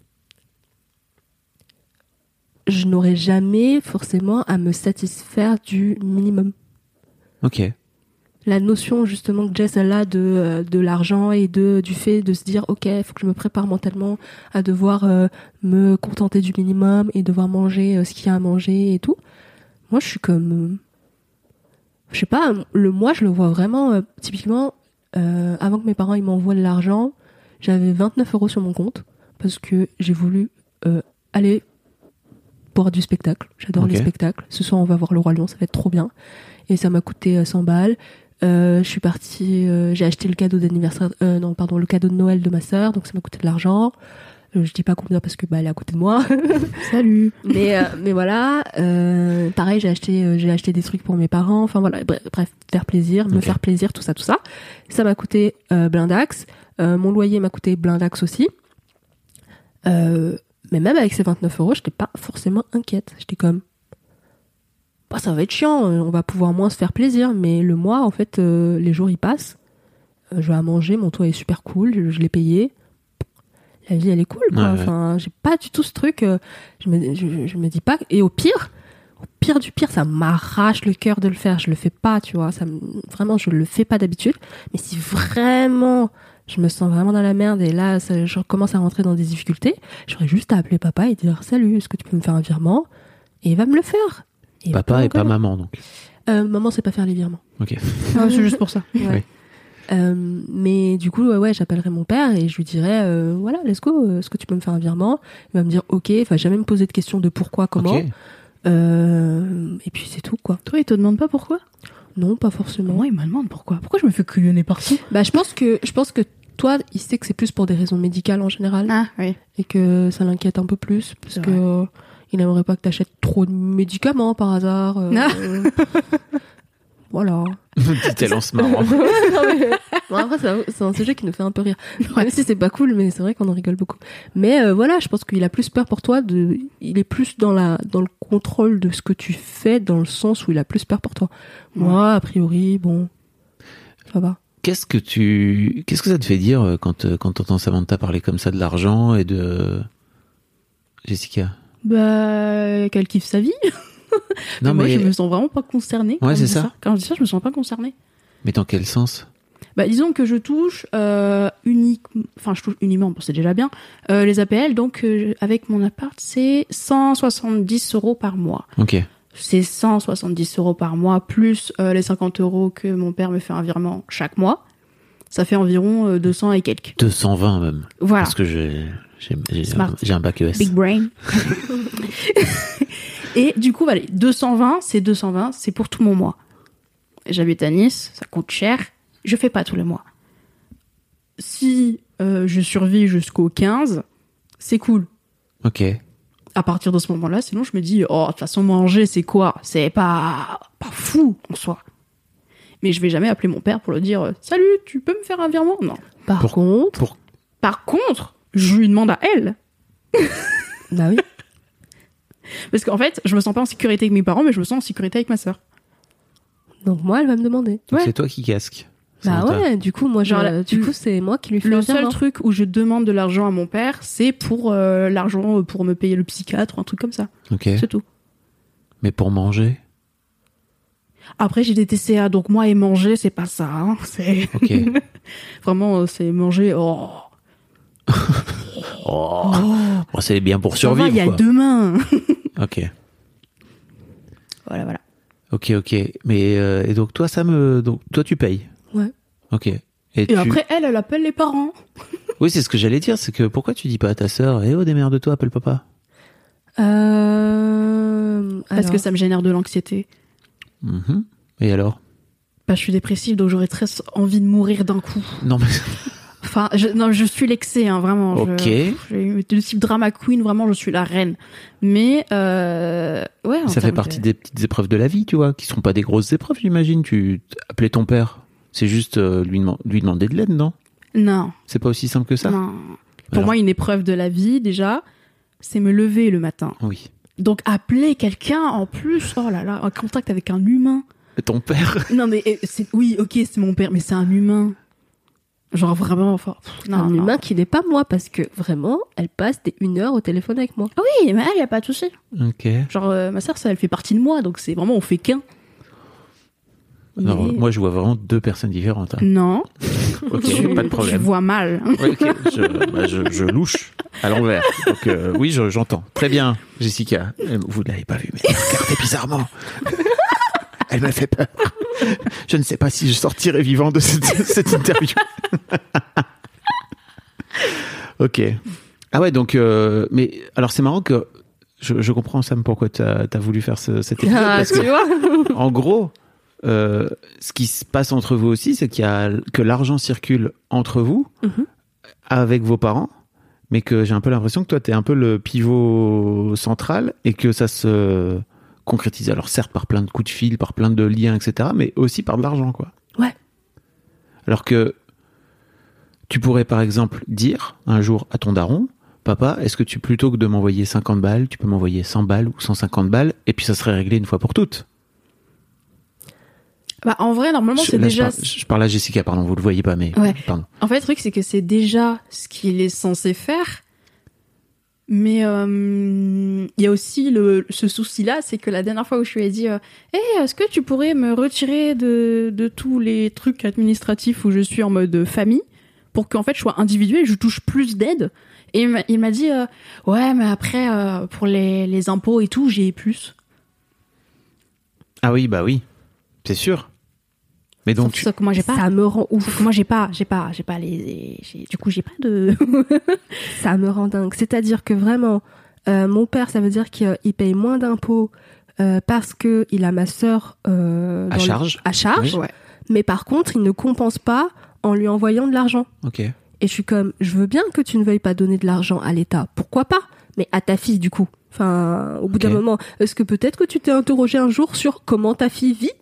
je n'aurai jamais forcément à me satisfaire du minimum. Ok. La notion justement que Jess elle a de euh, de l'argent et de du fait de se dire ok il faut que je me prépare mentalement à devoir euh, me contenter du minimum et devoir manger euh, ce qu'il y a à manger et tout. Moi je suis comme euh, je sais pas, le moi je le vois vraiment euh, typiquement euh, avant que mes parents ils m'envoient de l'argent, j'avais vingt-neuf euros sur mon compte parce que j'ai voulu euh, aller voir du spectacle. J'adore Ok. les spectacles. Ce soir on va voir le Roi Lion, ça va être trop bien. Et ça m'a coûté euh, cent balles. Euh, je suis partie, euh, j'ai acheté le cadeau d'anniversaire, euh, non pardon, le cadeau de Noël de ma sœur, donc ça m'a coûté de l'argent. Euh, je dis pas combien parce que bah elle est à côté de moi. Salut. mais euh, mais voilà, euh, pareil j'ai acheté euh, j'ai acheté des trucs pour mes parents. Enfin voilà, bref, bref faire plaisir, me Ok. faire plaisir, tout ça tout ça. Ça m'a coûté euh, blindax. Euh, mon loyer m'a coûté blindax aussi. Euh, mais même avec ces vingt-neuf euros, j'étais pas forcément inquiète. J'étais comme bah, ça va être chiant, on va pouvoir moins se faire plaisir, mais le mois, en fait, euh, les jours ils passent. je vais à manger, mon toit est super cool, je, je l'ai payé. La vie, elle est cool, quoi. Ouais, enfin, ouais. J'ai pas du tout ce truc. Euh, je, me, je, je me dis pas. Et au pire, au pire du pire, ça m'arrache le cœur de le faire. Je le fais pas, tu vois. Ça me, vraiment, je le fais pas d'habitude. Mais si vraiment, je me sens vraiment dans la merde et là, ça, je commence à rentrer dans des difficultés, j'aurais juste à appeler papa et dire salut, est-ce que tu peux me faire un virement? Et il va me le faire. Et Papa et pas maman, donc. Euh, maman sait pas faire les virements. Ok. Ah, c'est juste pour ça. Ouais. Oui. Euh, mais du coup, ouais, ouais, j'appellerai mon père et je lui dirai, euh, voilà, let's go, est-ce que tu peux me faire un virement? Il va me dire, ok, enfin, jamais me poser de questions de pourquoi, comment. Ok. Euh, et puis c'est tout, quoi. Toi, il te demande pas pourquoi? Non, pas forcément. Moi, il me demande pourquoi. Pourquoi je me fais couillonner partout? Bah, je pense que, je pense que toi, il sait que c'est plus pour des raisons médicales en général. Ah, oui. Et que ça l'inquiète un peu plus parce C'est que euh, il aimerait pas que t'achètes trop de médicaments par hasard. Euh, Ah. euh, voilà. Dit-elle en se marrant. Non, mais, bon, après, c'est un, c'est un sujet qui nous fait un peu rire. Même si c'est pas cool, mais c'est vrai qu'on en rigole beaucoup. Mais euh, voilà, je pense qu'il a plus peur pour toi. De, il est plus dans la dans le contrôle de ce que tu fais, dans le sens où il a plus peur pour toi. Moi, a priori, bon, ça va. Qu'est-ce que tu, qu'est-ce que ça te fait dire quand quand t'entends Samantha parler comme ça de l'argent et de Jessica? Bah, qu'elle kiffe sa vie. Non Moi, mais, je me sens vraiment pas concernée. quand Ouais, je c'est dis ça. Quand je dis ça, je me sens pas concernée. mais dans quel sens? Bah, disons que je touche euh, unique, enfin, je touche uniquement, bon, c'est déjà bien, euh, les A P L. Donc, euh, avec mon appart, c'est cent soixante-dix euros par mois. Ok. C'est cent soixante-dix euros par mois, plus euh, les cinquante euros que mon père me fait un virement chaque mois. Ça fait environ euh, deux cents et quelques. deux cent vingt même. Voilà. Parce que j'ai, j'ai, j'ai, Smart. j'ai un bac E S. Big brain. Et du coup, voilà, deux cent vingt, c'est deux cent vingt, c'est pour tout mon mois. J'habite à Nice, ça coûte cher. Je fais pas tous les mois. Si euh, je survis jusqu'au quinze, c'est cool. Ok. À partir de ce moment-là, sinon je me dis, oh, de toute façon, manger, c'est quoi? C'est pas, pas fou en soi. Mais je vais jamais appeler mon père pour le dire, salut, tu peux me faire un virement? Non. Par Pour- contre, pour- Par contre, je lui demande à elle. bah oui. Parce qu'en fait, je me sens pas en sécurité avec mes parents, mais je me sens en sécurité avec ma sœur. Donc moi, elle va me demander. Donc Ouais. c'est toi qui casque. Bah Samantha. ouais, du coup, moi, je, Genre, là, du le- coup, c'est moi qui lui fais Le un seul virement. truc où je demande de l'argent à mon père, c'est pour euh, l'argent pour me payer le psychiatre ou un truc comme ça. Ok. C'est tout. Mais pour manger. Après, j'ai des T C A, donc moi et manger, c'est pas ça. Hein. C'est Ok. vraiment, euh, c'est manger. Oh, Oh. Bon, c'est bien pour ça va, survivre. il y a quoi. demain. Ok. Voilà, voilà. Ok, ok. Mais euh, et donc toi, ça me, donc toi, tu payes. Ouais. Ok. Et, Et tu... après, elle, elle appelle les parents. Oui, c'est ce que j'allais dire. C'est que pourquoi tu dis pas à ta sœur, eh oh, démerde-toi, appelle papa. Euh... Parce alors, que ça me génère de l'anxiété. Mhm. Et alors? Bah, je suis dépressive, donc j'aurais très envie de mourir d'un coup. Non mais. Enfin, je, non, je suis l'excès, hein, vraiment. Ok. Je, je, le type drama queen, vraiment, je suis la reine. Mais, euh, ouais. en Ça fait termes partie de- des petites épreuves de la vie, tu vois, qui sont pas des grosses épreuves, j'imagine. Tu appelais ton père, c'est juste euh, lui, deman- lui demander de l'aide, non? Non, C'est pas aussi simple que ça? non. Pour Alors- moi, une épreuve de la vie, déjà, c'est me lever le matin. Oui. Donc, appeler quelqu'un, en plus, oh là là, en contact avec un humain. Et ton père? Non, mais, euh, c'est, oui, ok, c'est mon père, mais c'est un humain. Genre, vraiment, enfin, pff, non, un non. humain qui n'est pas moi, parce que vraiment, elle passe des une heure au téléphone avec moi. Ah oui, mais elle, y a pas de souci. Ok. Genre, euh, ma sœur, ça, elle fait partie de moi, donc c'est vraiment, on fait qu'un. Alors, Mais- moi, je vois vraiment deux personnes différentes. hein. Non. Ok, tu, pas de tu problème. vois mal. Ouais, ok, je, bah, je, je louche à l'envers. Donc, euh, oui, je- j'entends. Très bien, Jessica. Euh, Vous ne l'avez pas vu, mais regardez bizarrement. Elle m'a fait peur. Je ne sais pas si je sortirai vivant de cette, cette interview. Ok. Ah ouais, donc, euh, mais alors c'est marrant que je, je comprends, Sam, pourquoi tu as voulu faire ce, cet épisode. Ah, parce tu que, vois. en gros, euh, ce qui se passe entre vous aussi, c'est qu'il y a que l'argent circule entre vous, Mhm. avec vos parents, mais que j'ai un peu l'impression que toi, tu es un peu le pivot central et que ça se concrétise. Alors certes, par plein de coups de fil, par plein de liens, et cetera, mais aussi par de l'argent, quoi. Ouais. Alors que tu pourrais, par exemple, dire un jour à ton daron, papa, est-ce que tu, plutôt que de m'envoyer cinquante balles, tu peux m'envoyer cent balles ou cent cinquante balles, et puis ça serait réglé une fois pour toutes. Bah, en vrai, normalement, je, c'est là, déjà. Je parle, je parle à Jessica, pardon, vous le voyez pas, mais. Ouais. Pardon. En fait, le truc, c'est que c'est déjà ce qu'il est censé faire. Mais il euh, y a aussi le, ce souci-là, c'est que la dernière fois où je lui ai dit euh, « Hey, est-ce que tu pourrais me retirer de, de tous les trucs administratifs où je suis en mode famille pour qu'en fait je sois individuelle et je touche plus d'aide ?» Et il m'a, il m'a dit euh, « Ouais, mais après, euh, pour les, les impôts et tout, j'ai plus. » Ah oui, bah oui, c'est sûr. Mais donc, Sauf, tu... sauf que moi j'ai pas. Ça me rend ouf. Sauf que moi j'ai pas, j'ai pas, j'ai pas les. J'ai, du coup j'ai pas de. Ça me rend dingue. C'est-à-dire que vraiment, euh, mon père, ça veut dire qu'il paye moins d'impôts euh, parce que il a ma sœur euh, à charge. Le... à charge. Oui. Ouais. Mais par contre, il ne compense pas en lui envoyant de l'argent. Ok. Et je suis comme, je veux bien que tu ne veuilles pas donner de l'argent à l'État. Pourquoi pas? Mais à ta fille, du coup. Enfin, au bout Okay. d'un moment, est-ce que peut-être que tu t'es interrogé un jour sur comment ta fille vit?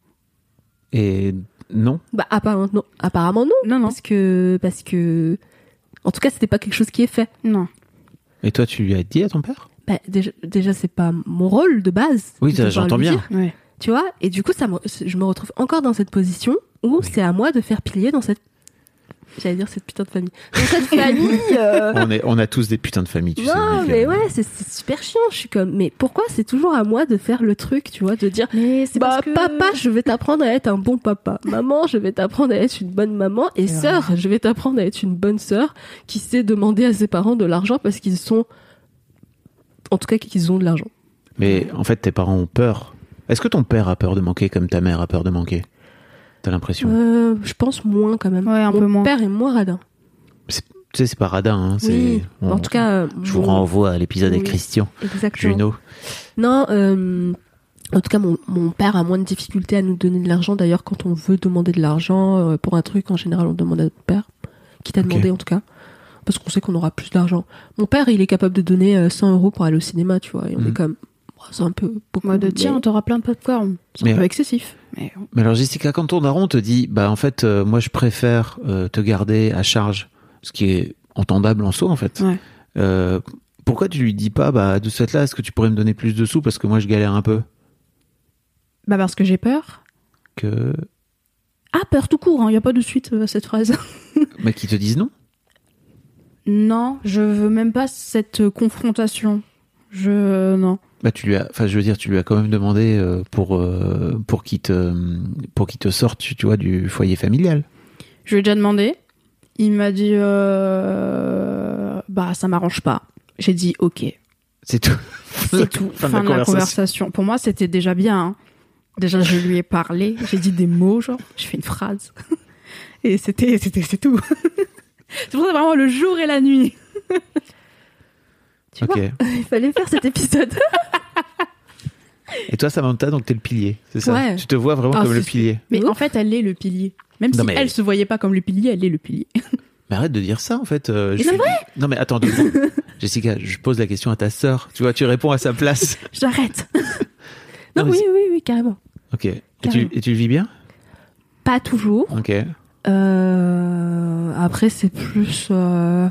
Et non. Bah apparemment non. Apparemment non. Non, non. Parce que parce que en tout cas c'était pas quelque chose qui est fait. Non. Et toi, tu lui as dit à ton père? Bah déjà, déjà c'est pas mon rôle de base. Oui, de ça, pouvoir j'entends lui bien. dire, Ouais. tu vois. Et du coup ça me, je me retrouve encore dans cette position où c'est à moi de faire pilier dans cette, j'allais dire cette putain de famille, dans cette famille. euh, on, est, on a tous des putains de familles, tu sais. Non donc, mais euh, ouais c'est, c'est super chiant. Je suis comme mais pourquoi c'est toujours à moi de faire le truc, tu vois, de dire Mais c'est bah parce que. papa je vais t'apprendre à être un bon papa, maman je vais t'apprendre à être une bonne maman, et C'est sœur je vais t'apprendre à être une bonne sœur qui sait demander à ses parents de l'argent parce qu'ils sont, en tout cas qu'ils ont de l'argent. Mais en fait, tes parents ont peur. Est-ce que ton père a peur de manquer comme ta mère a peur de manquer? T'as l'impression? Euh, je pense moins quand même. Ouais, un Mon peu moins. père est moins radin. C'est- Tu sais, c'est pas radin. Hein, c'est... Oui. on- En tout cas, euh, je vous mon- renvoie à l'épisode avec Oui. Christian, exactement. Juno. Non, euh, en tout cas, mon, mon père a moins de difficultés à nous donner de l'argent. D'ailleurs, quand on veut demander de l'argent euh, pour un truc, en général, on demande à notre père, qui t'a Ok. demandé en tout cas, parce qu'on sait qu'on aura plus d'argent. Mon père, il est capable de donner euh, cent euros pour aller au cinéma, tu vois, et on Mhm. est comme, oh, c'est un peu beaucoup. Mode mais- tiens, t'auras plein de popcorn. C'est Mais- un peu excessif. Mais Mais alors, Jessica, quand ton daron te dit, bah en fait, euh, moi je préfère euh, te garder à charge, ce qui est entendable en soi, en fait. Ouais. Euh, pourquoi tu lui dis pas, bah de ce fait-là, est-ce que tu pourrais me donner plus de sous parce que moi je galère un peu? bah parce que j'ai peur. Que. Ah, peur tout court. Il y a pas de suite à cette phrase. Mais qu'ils te disent non? Non, je veux même pas cette confrontation. Je non. Bah tu lui as, enfin je veux dire, tu lui as quand même demandé euh, pour euh, pour qu'il te pour qu'il te sorte, tu, tu vois, du foyer familial. Je lui ai déjà demandé. Il m'a dit euh... bah ça m'arrange pas. J'ai dit ok. C'est tout. C'est tout. Fin Fin, de de, la la conversation. conversation. Pour moi, c'était déjà bien. Hein. Déjà, je lui ai parlé. J'ai dit des mots, genre. Je fais une phrase. Et c'était, c'était, c'est tout. C'est pour ça vraiment le jour et la nuit. Tu Ok. vois, il fallait faire cet épisode. Et toi, Samantha, donc t'es le pilier, c'est ça? Ouais. Tu te vois vraiment Ah, comme le c'est- pilier. Mais Ouf. en fait, elle est le pilier. Même Non, si mais- elle se voyait pas comme le pilier, elle est le pilier. Mais arrête de dire ça en fait. euh, je Mais c'est suis- Non mais attends deux secondes. Jessica, je pose la question à ta sœur. Tu vois, tu réponds à sa place. J'arrête. Non, Non, mais oui, c'est- oui, oui, carrément. Ok. Et tu, Carrément. et tu le vis bien? Pas toujours. Ok. Euh, après, c'est plus. euh,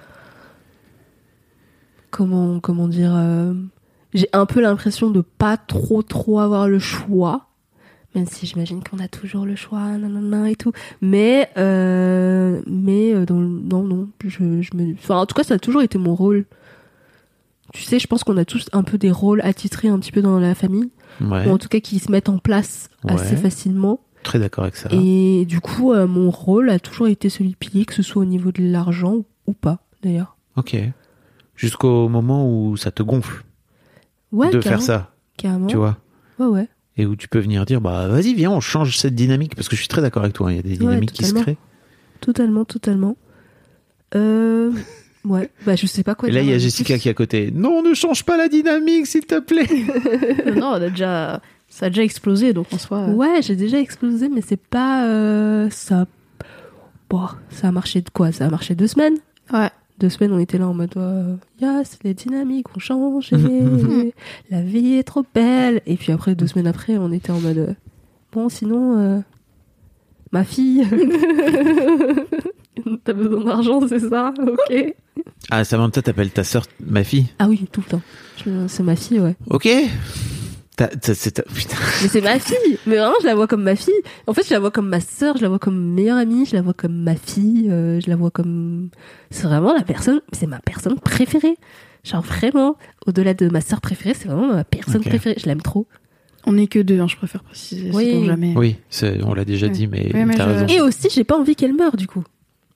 comment, comment dire. euh, J'ai un peu l'impression de pas trop, trop avoir le choix. Même si j'imagine qu'on a toujours le choix, nanana et tout. Mais, euh, mais euh, dans, le- non, non. Je, je me, enfin, en tout cas, ça a toujours été mon rôle. Tu sais, je pense qu'on a tous un peu des rôles attitrés un petit peu dans la famille. Ouais. Ou en tout cas qui se mettent en place assez Ouais. facilement. Très d'accord avec ça. Et du coup, euh, mon rôle a toujours été celui de pilier, que ce soit au niveau de l'argent ou, ou pas, d'ailleurs. Ok. Jusqu'au moment où ça te gonfle Ouais, de carrément, faire ça, carrément. tu vois. Ouais, ouais. Et où tu peux venir dire, bah vas-y, viens, on change cette dynamique. Parce que je suis très d'accord avec toi. Il y a des dynamiques qui se totalement. créent. Totalement, totalement. Euh... Ouais, bah je sais pas quoi Et là, dire il y a de Jessica plus. qui est à côté. Non, ne change pas la dynamique, s'il te plaît. non, on a déjà, ça a déjà explosé, donc en soi. euh, Ouais, j'ai déjà explosé, mais c'est pas... euh, ça... Bon, ça a marché de quoi? Ça a marché deux semaines. Ouais. Deux semaines, on était là en mode euh, yes, les dynamiques ont changé, la vie est trop belle. Et puis après, deux semaines après, on était en mode euh, bon, sinon, euh, ma fille, t'as besoin d'argent, c'est ça? Ok. Ah, Samantha, t'appelles ta sœur ma fille. Ah oui, tout le temps. Je- C'est ma fille, ouais. Ok. T'as, t'as, c'est ta- putain. Mais c'est ma fille. Mais vraiment, je la vois comme ma fille. En fait, je la vois comme ma sœur, je la vois comme meilleure amie, je la vois comme ma fille, euh, je la vois comme... C'est vraiment la personne, c'est ma personne préférée. Genre vraiment, au-delà de ma sœur préférée, c'est vraiment ma personne Ok. préférée. Je l'aime trop. On n'est que deux, hein, je préfère préciser. Oui. Sait-on jamais. Oui, c'est, on l'a déjà Ouais. dit, mais, Ouais, mais t'as je- raison. Et aussi, j'ai pas envie qu'elle meure, du coup.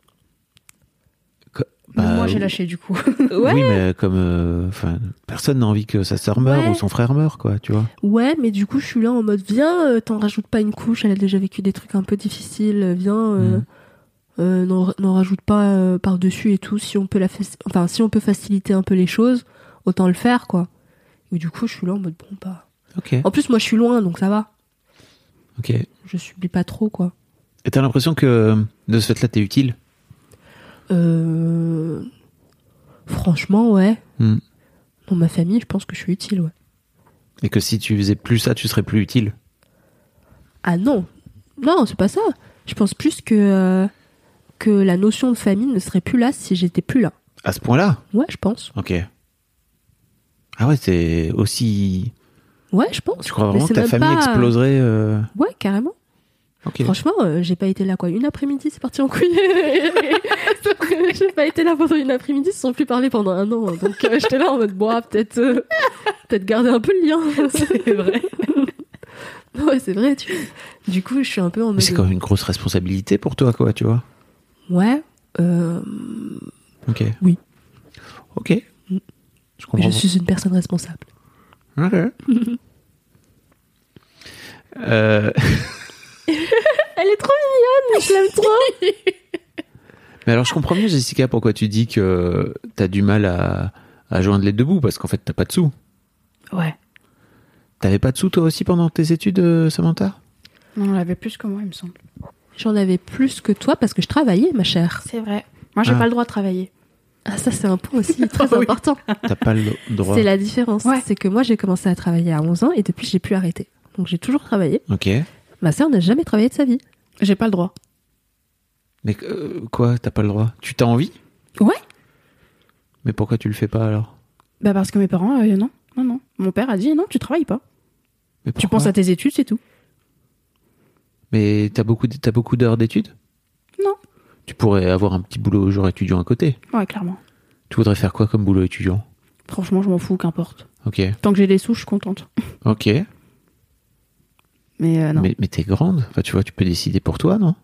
Mais Bah, moi, j'ai lâché du coup. Ouais. Oui, mais comme, euh, enfin, personne n'a envie que sa sœur meure Ouais. ou son frère meure, quoi, tu vois. Ouais, mais du coup, je suis là en mode, viens, euh, t'en rajoutes pas une couche, elle a déjà vécu des trucs un peu difficiles, viens, euh, Mhm. euh, n'en, n'en rajoute pas euh, par-dessus et tout, si on peut la faci- enfin, si on peut faciliter un peu les choses, autant le faire, quoi. Et du coup, je suis là en mode, bon, bah... Ok, En plus, moi, je suis loin, donc ça va. ok. Je subis pas trop, quoi. Et t'as l'impression que de ce fait-là, t'es utile? Euh... Franchement, ouais. Hmm. Dans ma famille, je pense que je suis utile, ouais. Et que si tu faisais plus ça, tu serais plus utile? Ah non, non, c'est pas ça. Je pense plus que euh, que la notion de famille ne serait plus là si j'étais plus là. À ce point-là? Ouais, je pense. Ok. Ah ouais, c'est aussi... Ouais, je pense. Tu crois Mais vraiment c'est que ta même famille pas- exploserait euh, Ouais, carrément. Ok. Franchement, euh, j'ai pas été là quoi. Une après-midi, c'est parti en couille. J'ai pas été là pendant une après-midi, ils se sont plus parlé pendant un an. Donc euh, j'étais là en mode, bon, ah, peut-être, euh, peut-être garder un peu le lien. C'est vrai. Ouais, c'est vrai. Tu... Du coup, je suis un peu en Mais mode. c'est quand même une grosse responsabilité pour toi, quoi, tu vois. Ouais. Euh... Ok. Oui. Ok. Mm. Je comprends. Je suis une personne responsable. Ok. euh... Elle est trop mignonne, je l'aime trop. Mais alors, je comprends mieux, Jessica, pourquoi tu dis que t'as du mal à, à joindre les deux bouts, parce qu'en fait, t'as pas de sous. Ouais. T'avais pas de sous, toi aussi, pendant tes études, euh, Samantha? Non, on l'avait plus que moi, il me semble. J'en avais plus que toi parce que je travaillais, ma chère. C'est vrai. Moi, j'ai Ah. pas le droit de travailler. Ah, ça, c'est un point aussi très Ah oui. important. T'as pas le droit. C'est la différence. Ouais. C'est que moi, j'ai commencé à travailler à onze ans et depuis, j'ai pu arrêter. Donc, j'ai toujours travaillé. Ok. Ma sœur n'a jamais travaillé de sa vie. J'ai pas le droit. Mais euh, quoi, t'as pas le droit? Tu t'as envie? Ouais. Mais pourquoi tu le fais pas, alors? Bah parce que mes parents, euh, non. Non, non. Mon père a dit non, tu travailles pas. Mais Tu pourquoi? penses à tes études, c'est tout. Mais t'as beaucoup, d- t'as beaucoup d'heures d'études? Non. Tu pourrais avoir un petit boulot genre étudiant à côté. Ouais, clairement. Tu voudrais faire quoi comme boulot étudiant? Franchement, je m'en fous, qu'importe. Ok. Tant que j'ai des sous, je suis contente. Ok. Mais euh, non. Mais, mais t'es grande. Enfin, tu vois, tu peux décider pour toi, non?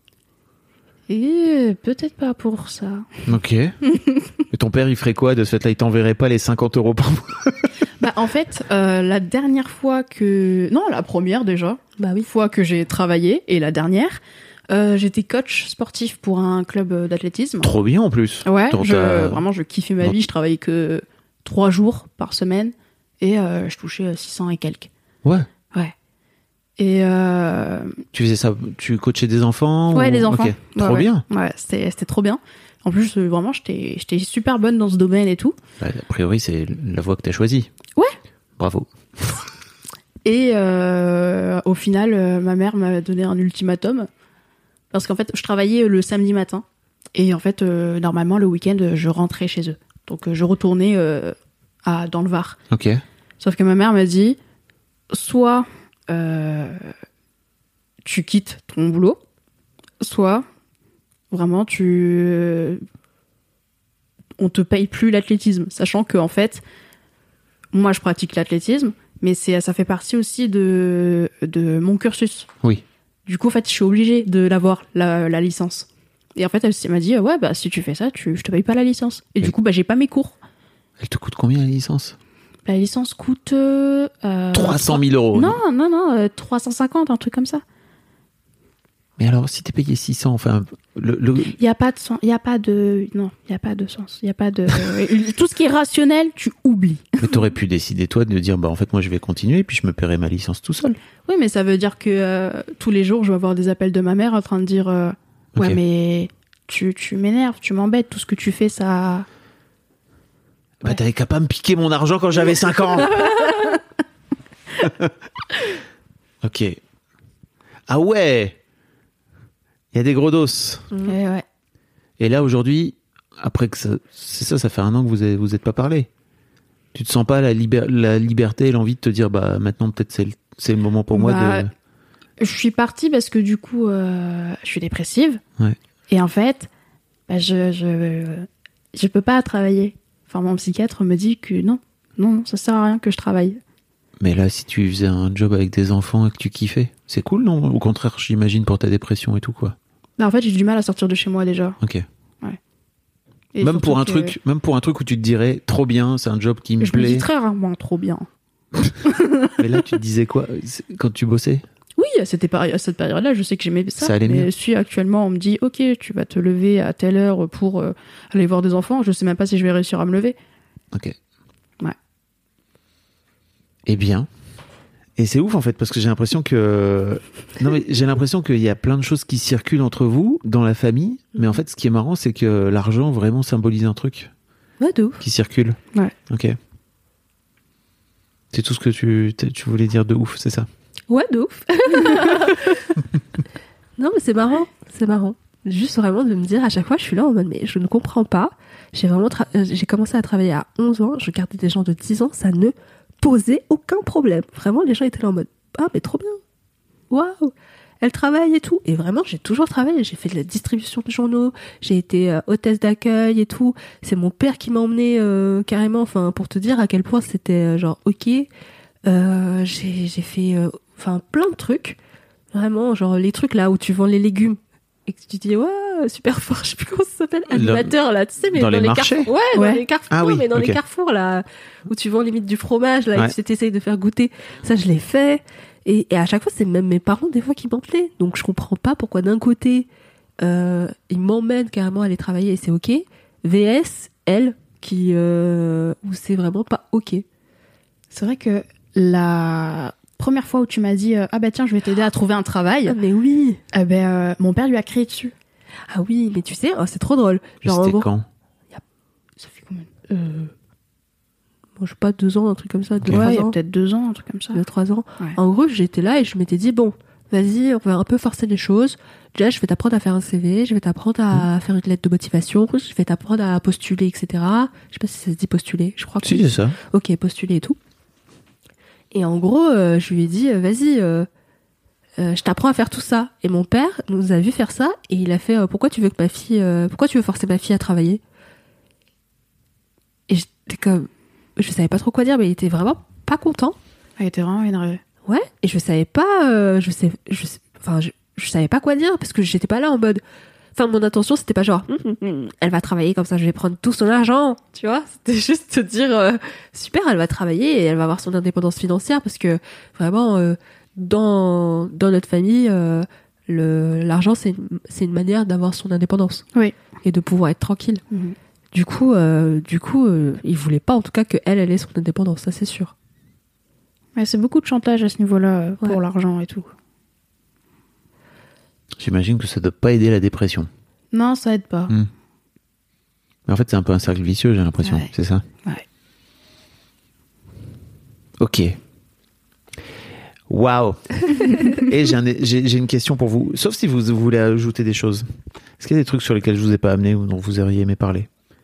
Et peut-être pas pour ça. Ok. Et ton père, il ferait quoi de ce fait-là? Il t'enverrait pas les cinquante euros par mois? Bah en fait, euh, la dernière fois que... Non, la première déjà. Bah oui. Fois que j'ai travaillé, et la dernière, euh, j'étais coach sportif pour un club euh, d'athlétisme. Trop bien, en plus. Ouais, Dans je, ta- vraiment, je kiffais ma dans- vie. Je travaillais que trois jours par semaine et euh, je touchais six cents et quelques. Ouais. Ouais. Et euh, Tu faisais ça, tu coachais des enfants? ouais, ou- les enfants. Ok. Ouais, Trop ouais. bien. Ouais, c'était c'était trop bien. En plus, euh, vraiment, j'étais j'étais super bonne dans ce domaine et tout. Bah, a priori, c'est la voie que t'as choisie. Ouais. Bravo. Et euh, au final, euh, ma mère m'a donné un ultimatum parce qu'en fait, je travaillais le samedi matin et en fait, euh, normalement, le week-end, je rentrais chez eux. Donc, euh, je retournais euh, à dans le Var. Ok. Sauf que ma mère m'a dit, soit euh, tu quittes ton boulot, soit vraiment tu, on te paye plus l'athlétisme, sachant que en fait, moi je pratique l'athlétisme, mais c'est ça fait partie aussi de de mon cursus. Oui. Du coup, en fait, je suis obligée de l'avoir la, la licence. Et en fait, elle m'a dit, ouais, bah si tu fais ça, tu, je te paye pas la licence. Et Oui. du coup, bah j'ai pas mes cours. Elle te coûte combien la licence? La licence coûte euh, euh, trois cent mille euros. Non, non, non, euh, trois cent cinquante, un truc comme ça. Mais alors, si t'es payé six cents, enfin, le, le- Il y a pas de sens, il y a pas de non, il y a pas de sens, il y a pas de tout ce qui est rationnel, tu oublies. mais t'aurais pu décider toi de dire, bah en fait moi je vais continuer puis je me paierai ma licence tout seul. Oui, mais ça veut dire que euh, tous les jours, je vais avoir des appels de ma mère en train de dire euh, ouais, Ok. mais tu tu m'énerves, tu m'embêtes, tout ce que tu fais ça. Bah Ouais. t'avais qu'à pas me piquer mon argent quand j'avais cinq ans. Ok. Ah ouais. Il y a des gros dos. Ouais, ouais. Et là aujourd'hui, après que ça, c'est ça, ça fait un an que vous avez, vous êtes pas parlé. Tu te sens pas la, liber- la liberté et l'envie de te dire, bah maintenant peut-être c'est le, c'est le moment pour moi Bah, de... Je suis partie parce que du coup, euh, je suis dépressive. Ouais. Et en fait, bah, je, je, je peux pas travailler. Enfin, mon psychiatre me dit que non, non, ça sert à rien que je travaille. Mais là, si tu faisais un job avec des enfants et que tu kiffais, c'est cool, non? Au contraire, j'imagine pour ta dépression et tout, quoi. Bah, en fait, j'ai du mal à sortir de chez moi déjà. Ok. Et Même pour un surtout que truc, même pour un truc où tu te dirais, trop bien, c'est un job qui me Je me dis plaît. très rarement trop bien. Mais là, tu te disais quoi quand tu bossais? Oui, à cette, épa- à cette période-là, je sais que j'aimais ça. Ça allait mais mieux. si actuellement on me dit, ok, tu vas te lever à telle heure pour euh, aller voir des enfants, je sais même pas si je vais réussir à me lever. Ok. Ouais. Eh bien. Et c'est ouf en fait parce que j'ai l'impression que non mais j'ai l'impression qu'il y a plein de choses qui circulent entre vous dans la famille, mais en fait ce qui est marrant c'est que l'argent vraiment symbolise un truc Ouais, de ouf. qui circule. Ouais. Ok. C'est tout ce que tu tu voulais dire de ouf, c'est ça? Ouais, de ouf. Non, mais c'est marrant, c'est marrant. Juste vraiment de me dire à chaque fois, je suis là en mode, mais je ne comprends pas. J'ai vraiment, tra- euh, j'ai commencé à travailler à onze ans, je gardais des gens de dix ans, ça ne posait aucun problème. Vraiment, les gens étaient là en mode, ah, mais trop bien. Waouh. Elle travaille et tout. Et vraiment, j'ai toujours travaillé. J'ai fait de la distribution de journaux. J'ai été euh, hôtesse d'accueil et tout. C'est mon père qui m'a emmené euh, carrément, enfin, pour te dire à quel point c'était euh, genre, ok. Euh, j'ai, j'ai fait, euh, enfin, plein de trucs. Vraiment, genre les trucs là où tu vends les légumes. Et que tu dis, ouais, super fort, je sais plus comment ça s'appelle, animateur là, tu sais, mais dans dans, les les marchés carrefours. Ouais, Ouais. dans les carrefours, Ah oui, mais dans ok. les carrefours là, où tu vends limite du fromage là, Ouais. et tu t'essayes de faire goûter. Ça, je l'ai fait. Et, et à chaque fois, c'est même mes parents des fois qui m'emmenaient. Donc je comprends pas pourquoi d'un côté, euh, ils m'emmènent carrément à aller travailler et c'est ok. V S, elle, qui, euh, où c'est vraiment pas ok. C'est vrai que la première fois où tu m'as dit, euh, ah bah tiens, je vais t'aider à trouver un travail, Ah, mais oui. eh ben, euh, mon père lui a crié dessus. Ah oui, mais tu sais, oh, c'est trop drôle. Mais Genre, en c'était gros, quand? Ça fait combien euh, moi, je sais pas, deux ans, un truc comme ça, deux, Ouais, trois il y a ans. peut-être deux ans, un truc comme ça. Deux, trois ans. Ouais. En gros, j'étais là et je m'étais dit, bon, vas-y, on va un peu forcer les choses. Déjà, je vais t'apprendre à faire un C V, je vais t'apprendre à faire une lettre de motivation, je vais t'apprendre à postuler, et cetera. Je sais pas si ça se dit postuler, je crois que Si, c'est ça. Ok, postuler et tout. Et en gros, euh, je lui ai dit, euh, vas-y, euh, euh, je t'apprends à faire tout ça. Et mon père nous a vu faire ça et il a fait, euh, pourquoi tu veux que ma fille, euh, pourquoi tu veux forcer ma fille à travailler? Et j'étais comme, je savais pas trop quoi dire, mais il était vraiment pas content. Elle était vraiment énervée. Ouais. Et je savais pas, euh, je sais, je, sais- enfin, je, je savais pas quoi dire parce que j'étais pas là en mode. Enfin, mon intention, c'était pas genre, hum, hum, hum, elle va travailler comme ça, je vais prendre tout son argent, tu vois. C'était juste te dire, euh, super, elle va travailler et elle va avoir son indépendance financière parce que vraiment, euh, dans dans notre famille, euh, le l'argent c'est une, c'est une manière d'avoir son indépendance. Oui. Et de pouvoir être tranquille. Mhm. Du coup, euh, du coup, euh, il voulait pas en tout cas que elle, elle ait son indépendance, ça c'est sûr. Ouais, c'est beaucoup de chantage à ce niveau-là euh, pour Ouais. l'argent et tout. J'imagine que ça doit pas aider la dépression. Non, ça aide pas. Hmm. Mais en fait, c'est un peu un cercle vicieux, j'ai l'impression. Ouais. C'est ça? Ouais. Ok. Waouh. Et j'ai, un- j'ai, j'ai une question pour vous. Sauf si vous, vous voulez ajouter des choses. Est-ce qu'il y a des trucs sur lesquels je vous ai pas amené ou dont vous auriez aimé parler?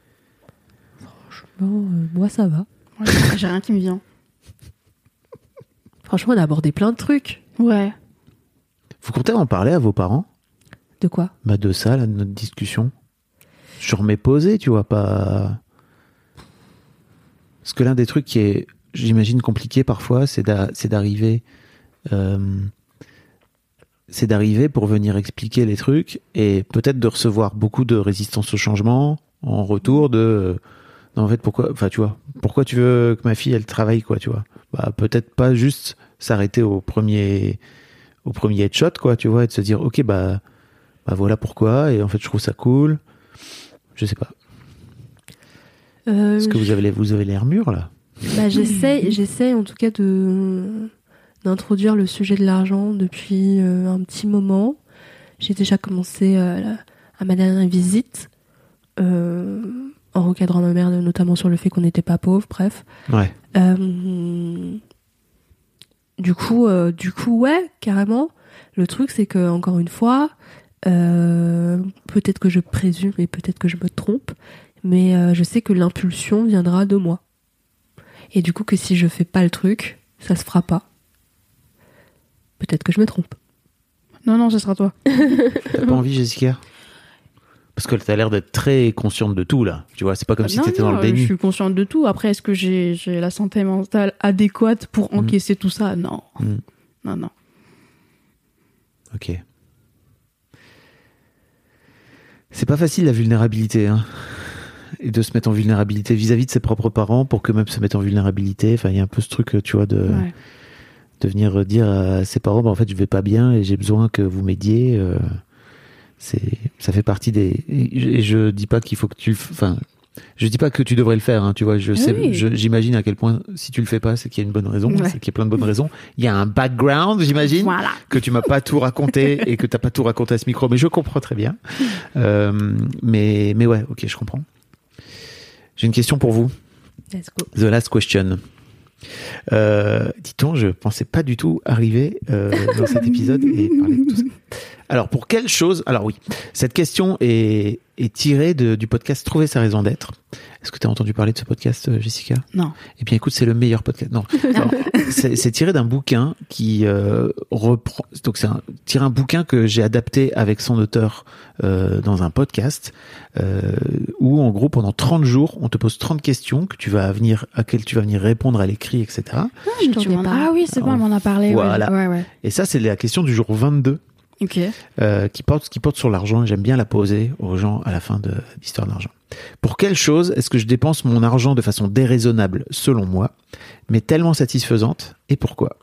Bon, euh, moi ça va. Ouais, j'ai rien qui me vient. Franchement, on a abordé plein de trucs. Ouais. Vous comptez en parler à vos parents? De quoi? Bah de ça, là, de notre discussion. Sur mes posés, tu vois, pas... Parce que l'un des trucs qui est, j'imagine, compliqué parfois, c'est, d'a- c'est d'arriver... euh, c'est d'arriver pour venir expliquer les trucs et peut-être de recevoir beaucoup de résistance au changement en retour de... euh, non, en fait, pourquoi... Enfin, tu vois, pourquoi tu veux que ma fille, elle travaille, quoi, tu vois? Bah, peut-être pas juste s'arrêter au premier... au premier headshot, quoi, tu vois, et de se dire, ok, bah... bah voilà pourquoi, et en fait je trouve ça cool. Je sais pas. Euh, Est-ce que vous avez, les- vous avez l'air mûr là? Bah, j'essaie, j'essaie en tout cas de d'introduire le sujet de l'argent depuis euh, un petit moment. J'ai déjà commencé euh, la- à ma dernière visite euh, en recadrant ma mère notamment sur le fait qu'on n'était pas pauvre, bref. Ouais. Euh, du coup, euh, du coup, ouais, carrément. Le truc, c'est que encore une fois, euh, peut-être que je présume et peut-être que je me trompe, mais euh, je sais que l'impulsion viendra de moi. Et du coup, que si je fais pas le truc, ça se fera pas. Peut-être que je me trompe. Non, non, ce sera toi. T'as pas envie, Jessica? Parce que t'as l'air d'être très consciente de tout, là. Tu vois, c'est pas comme si non, t'étais non, dans le déni. Je suis consciente de tout. Après, est-ce que j'ai, j'ai la santé mentale adéquate pour Mm. encaisser tout ça? Non. Mm. Non, non. Ok. C'est pas facile, la vulnérabilité, hein. Et de se mettre en vulnérabilité vis-à-vis de ses propres parents pour qu'eux-mêmes se mettent en vulnérabilité. Enfin, il y a un peu ce truc, tu vois, de, Ouais. de venir dire à ses parents, bah, en fait, je vais pas bien et j'ai besoin que vous m'aidiez. Euh, c'est, ça fait partie des... Et je dis pas qu'il faut que tu... Enfin, je dis pas que tu devrais le faire, hein, tu vois. Je sais, Oui. je, j'imagine à quel point, si tu le fais pas, c'est qu'il y a une bonne raison, Ouais. c'est qu'il y a plein de bonnes raisons. Il y a un background, j'imagine. Voilà. Que tu m'as pas tout raconté et que t'as pas tout raconté à ce micro, mais je comprends très bien. Euh, mais, mais ouais, ok, je comprends. J'ai une question pour vous. Let's go. The last question. Euh, dit-on, je pensais pas du tout arriver euh, dans cet épisode et parler de tout ça. Alors, pour quelle chose... Alors oui, cette question est, est tirée de, du podcast Trouver sa raison d'être. Est-ce que tu as entendu parler de ce podcast, Jessica? Non. Eh bien, écoute, c'est le meilleur podcast. Non, Alors, c'est, c'est tiré d'un bouquin qui euh, reprend... Donc, c'est un, tiré un bouquin que j'ai adapté avec son auteur euh, dans un podcast euh, où, en gros, pendant trente jours, on te pose trente questions que tu vas venir, à quelles tu vas venir répondre à l'écrit, et cetera. Ah, je t'en tu ai m'en- pas. ah oui, c'est bon, elle m'en a parlé. Voilà. Ouais, ouais, ouais. Et ça, c'est la question du jour vingt-deux. Ok. Euh, qui porte, qui porte sur l'argent. J'aime bien la poser aux gens à la fin de l'histoire de l'argent. Pour quelle chose est-ce que je dépense mon argent de façon déraisonnable, selon moi, mais tellement satisfaisante, et pourquoi?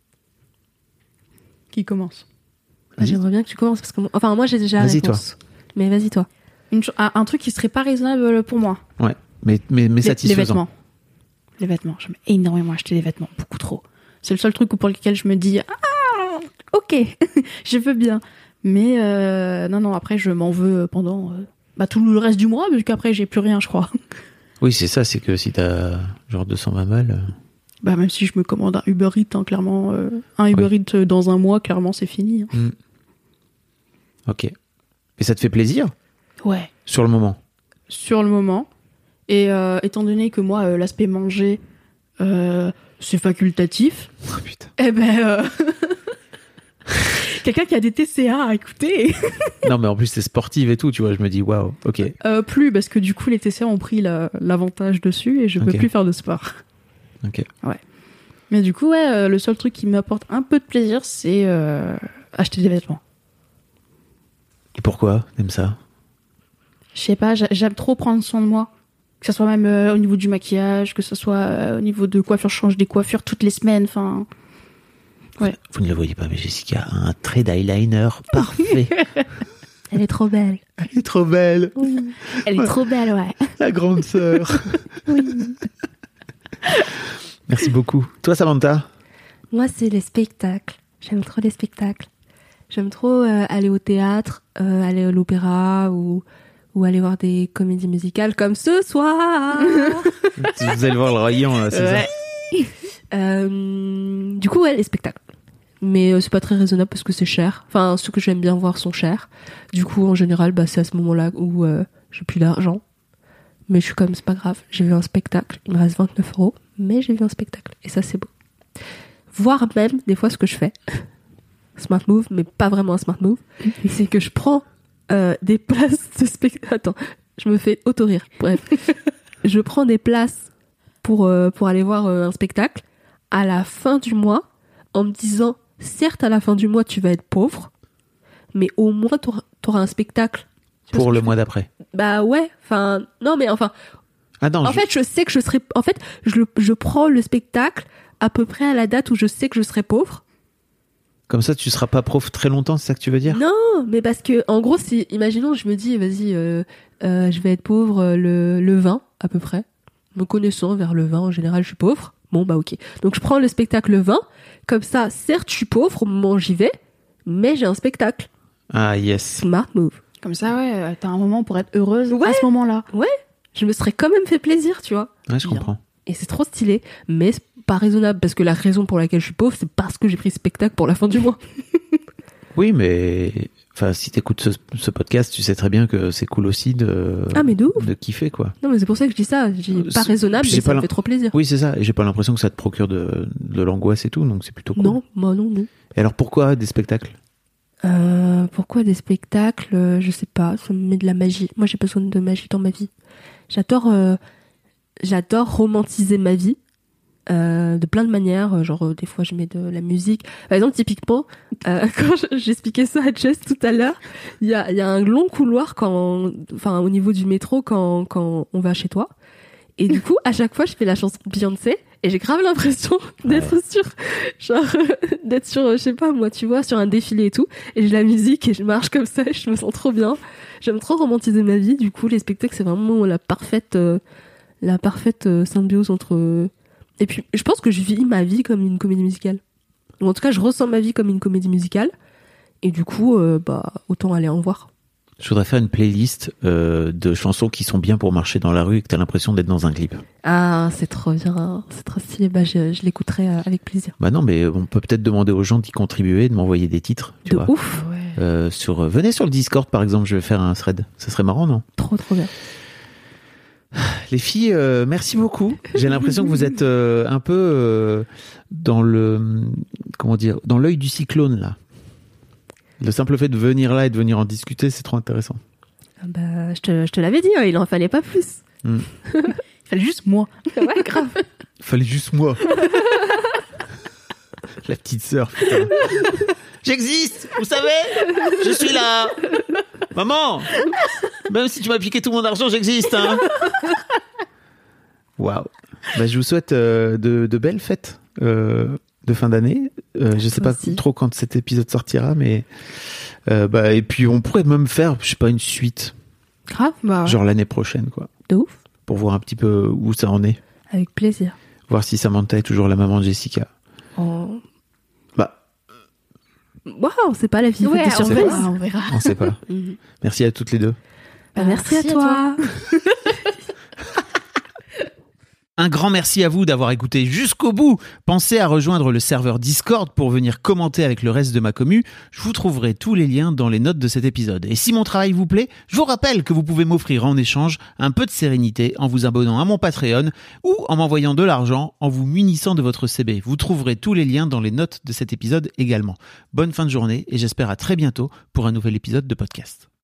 Qui commence? Bah, j'aimerais bien que tu commences parce que moi- enfin moi j'ai déjà la Vas-y, réponse. Mais vas-y toi. Une cho- un, un truc qui serait pas raisonnable pour moi. Ouais, mais, mais, mais Les, les satisfaisant. vêtements. Les vêtements. J'aime énormément acheter des vêtements. Beaucoup trop. C'est le seul truc pour lequel je me dis ah, ok, je veux bien. Mais euh, non, non, après, je m'en veux pendant euh, bah, tout le reste du mois, parce qu'après, j'ai plus rien, je crois. Oui, c'est ça, c'est que si t'as genre deux cent vingt balles... euh, Bah, même si je me commande un Uber Eats, hein, clairement, euh, un Uber Oui. Eats dans un mois, clairement, c'est fini. hein. hmm. Ok. Et ça te fait plaisir Ouais. sur le moment? Sur le moment. Et euh, étant donné que moi, euh, l'aspect manger, euh, c'est facultatif, Oh putain. eh ben... euh, quelqu'un qui a des T C A à écouter. Non, mais en plus, c'est sportive et tout, tu vois. Je me dis, waouh, ok. Euh, plus, parce que du coup, les T C A ont pris la- l'avantage dessus et je peux Ok. plus faire de sport. Ok. Mais du coup, ouais, euh, le seul truc qui m'apporte un peu de plaisir, c'est euh, acheter des vêtements. Et pourquoi t'aimes ça? Je sais pas, j'a- j'aime trop prendre soin de moi. Que ce soit même euh, au niveau du maquillage, que ce soit euh, au niveau de coiffure, je change des coiffures toutes les semaines, enfin... Ouais. Vous ne le voyez pas, mais Jessica a un trait d'eyeliner parfait. Elle est trop belle. Elle est trop belle, Elle est trop belle, ouais. la grande sœur. Merci beaucoup. Toi, Samantha? Moi c'est les spectacles. J'aime trop les spectacles. J'aime trop euh, aller au théâtre, euh, aller à l'opéra ou ou aller voir des comédies musicales comme ce soir. Vous allez voir le rayon, là, c'est Ouais. ça? Euh, du coup, ouais, les spectacles. Mais euh, c'est pas très raisonnable parce que c'est cher. Enfin, ceux que j'aime bien voir sont chers. Du coup, en général, bah, c'est à ce moment-là où euh, j'ai plus d'argent. Mais je suis comme, c'est pas grave. J'ai vu un spectacle. Il me reste vingt-neuf euros. Mais j'ai vu un spectacle. Et ça, c'est beau. Voire même, des fois, ce que je fais. Smart move, mais pas vraiment un smart move. C'est que je prends euh, des places de spectacle. Attends, je me fais auto-rire. Bref. Je prends des places pour, euh, pour aller voir euh, un spectacle à la fin du mois en me disant, certes, à la fin du mois, tu vas être pauvre, mais au moins, t'auras, t'auras un spectacle. Tu vois Pour ce le que mois d'après. je- Bah ouais, enfin, non, mais enfin, Ah non, en je- fait, je sais que je serai, en fait, je, le- je prends le spectacle à peu près à la date où je sais que je serai pauvre. comme ça, tu seras pas prof très longtemps, c'est ça que tu veux dire? Non, mais parce que, en gros, si, imaginons, je me dis, vas-y, euh, euh, je vais être pauvre euh, le, le vingt, à peu près. Me connaissant, vers le vingt, en général, je suis pauvre. Bon, bah, ok. Donc, je prends le spectacle le vingt. Comme ça, certes, je suis pauvre, au moment où j'y vais, mais j'ai un spectacle. Ah, yes. Smart move. Comme ça, ouais, euh, t'as un moment pour être heureuse Ouais. à ce moment-là. Je me serais quand même fait plaisir, tu vois. Ouais, je Bien. comprends. Et c'est trop stylé, mais c'est pas raisonnable parce que la raison pour laquelle je suis pauvre, c'est parce que j'ai pris ce spectacle pour la fin du mois. Oui, mais enfin, si t'écoutes ce, ce podcast, tu sais très bien que c'est cool aussi de, ah, mais de ouf. de kiffer, quoi. Non, mais c'est pour ça que je dis ça. Je dis pas C'est- raisonnable, j'ai mais pas ça me l'im- fait trop plaisir. Oui, c'est ça. Et j'ai pas l'impression que ça te procure de, de l'angoisse et tout, donc c'est plutôt cool. Non, moi non, non. Et alors pourquoi des spectacles? Euh, pourquoi des spectacles euh, Je sais pas, ça me met de la magie. Moi, j'ai besoin de magie dans ma vie. J'adore, euh, j'adore romantiser ma vie euh, de plein de manières. Genre, euh, des fois, je mets de la musique. Par exemple, typiquement, euh, quand je- j'expliquais ça à Jess tout à l'heure, il y a, il y a un long couloir quand, enfin, au niveau du métro quand, quand on va chez toi. Et du coup, à chaque fois, je fais la chanson de Beyoncé et j'ai grave l'impression d'être sur, genre, d'être sur, je sais pas moi, tu vois, sur un défilé et tout. Et j'ai la musique et je marche comme ça et je me sens trop bien. J'aime trop romantiser ma vie. Du coup, les spectacles, c'est vraiment la parfaite, euh, la parfaite euh, symbiose entre. euh, Et puis, je pense que je vis ma vie comme une comédie musicale. Ou en tout cas, je ressens ma vie comme une comédie musicale. Et du coup, euh, bah, autant aller en voir. Je voudrais faire une playlist euh, de chansons qui sont bien pour marcher dans la rue et que t'as l'impression d'être dans un clip. Ah, c'est trop bien, c'est trop stylé. Bah, je, je l'écouterai euh, avec plaisir. Bah non, mais on peut peut-être demander aux gens d'y contribuer, de m'envoyer des titres, tu De vois. ouf. Euh, sur, euh, venez sur le Discord, par exemple, je vais faire un thread. Ça serait marrant, non? Trop, trop bien. Les filles, euh, merci beaucoup. J'ai l'impression que vous êtes euh, un peu euh, dans le, comment dire, dans l'œil du cyclone, là. Le simple fait de venir là et de venir en discuter, c'est trop intéressant. Ah bah, je te, je te l'avais dit, hein, il en fallait pas plus. Mm. Il fallait juste moi. Ouais, grave. Fallait juste moi. La petite sœur, putain. J'existe, vous savez, je suis là. Maman, même si tu m'as piqué tout mon argent, j'existe. Hein. Waouh. Bah, je vous souhaite euh, de, de belles fêtes euh, de fin d'année. Euh, je sais pas Aussi. trop quand cet épisode sortira, mais euh, bah, et puis on pourrait même faire, je sais pas, une suite, Grave, bah, genre l'année prochaine, quoi, de ouf. pour voir un petit peu où ça en est, Avec plaisir. voir si Samantha est toujours la maman de Jessica. Oh. Bah, Wow, on sait pas la vie, Ouais, fait des on surprises. verra, on verra. on sait pas. Mhm. Merci à toutes les deux. Bah, merci, Merci à à toi. Un grand merci à vous d'avoir écouté jusqu'au bout. Pensez à rejoindre le serveur Discord pour venir commenter avec le reste de ma commu. Je vous trouverai tous les liens dans les notes de cet épisode. Et si mon travail vous plaît, je vous rappelle que vous pouvez m'offrir en échange un peu de sérénité en vous abonnant à mon Patreon ou en m'envoyant de l'argent en vous munissant de votre C B. Vous trouverez tous les liens dans les notes de cet épisode également. Bonne fin de journée et j'espère à très bientôt pour un nouvel épisode de podcast.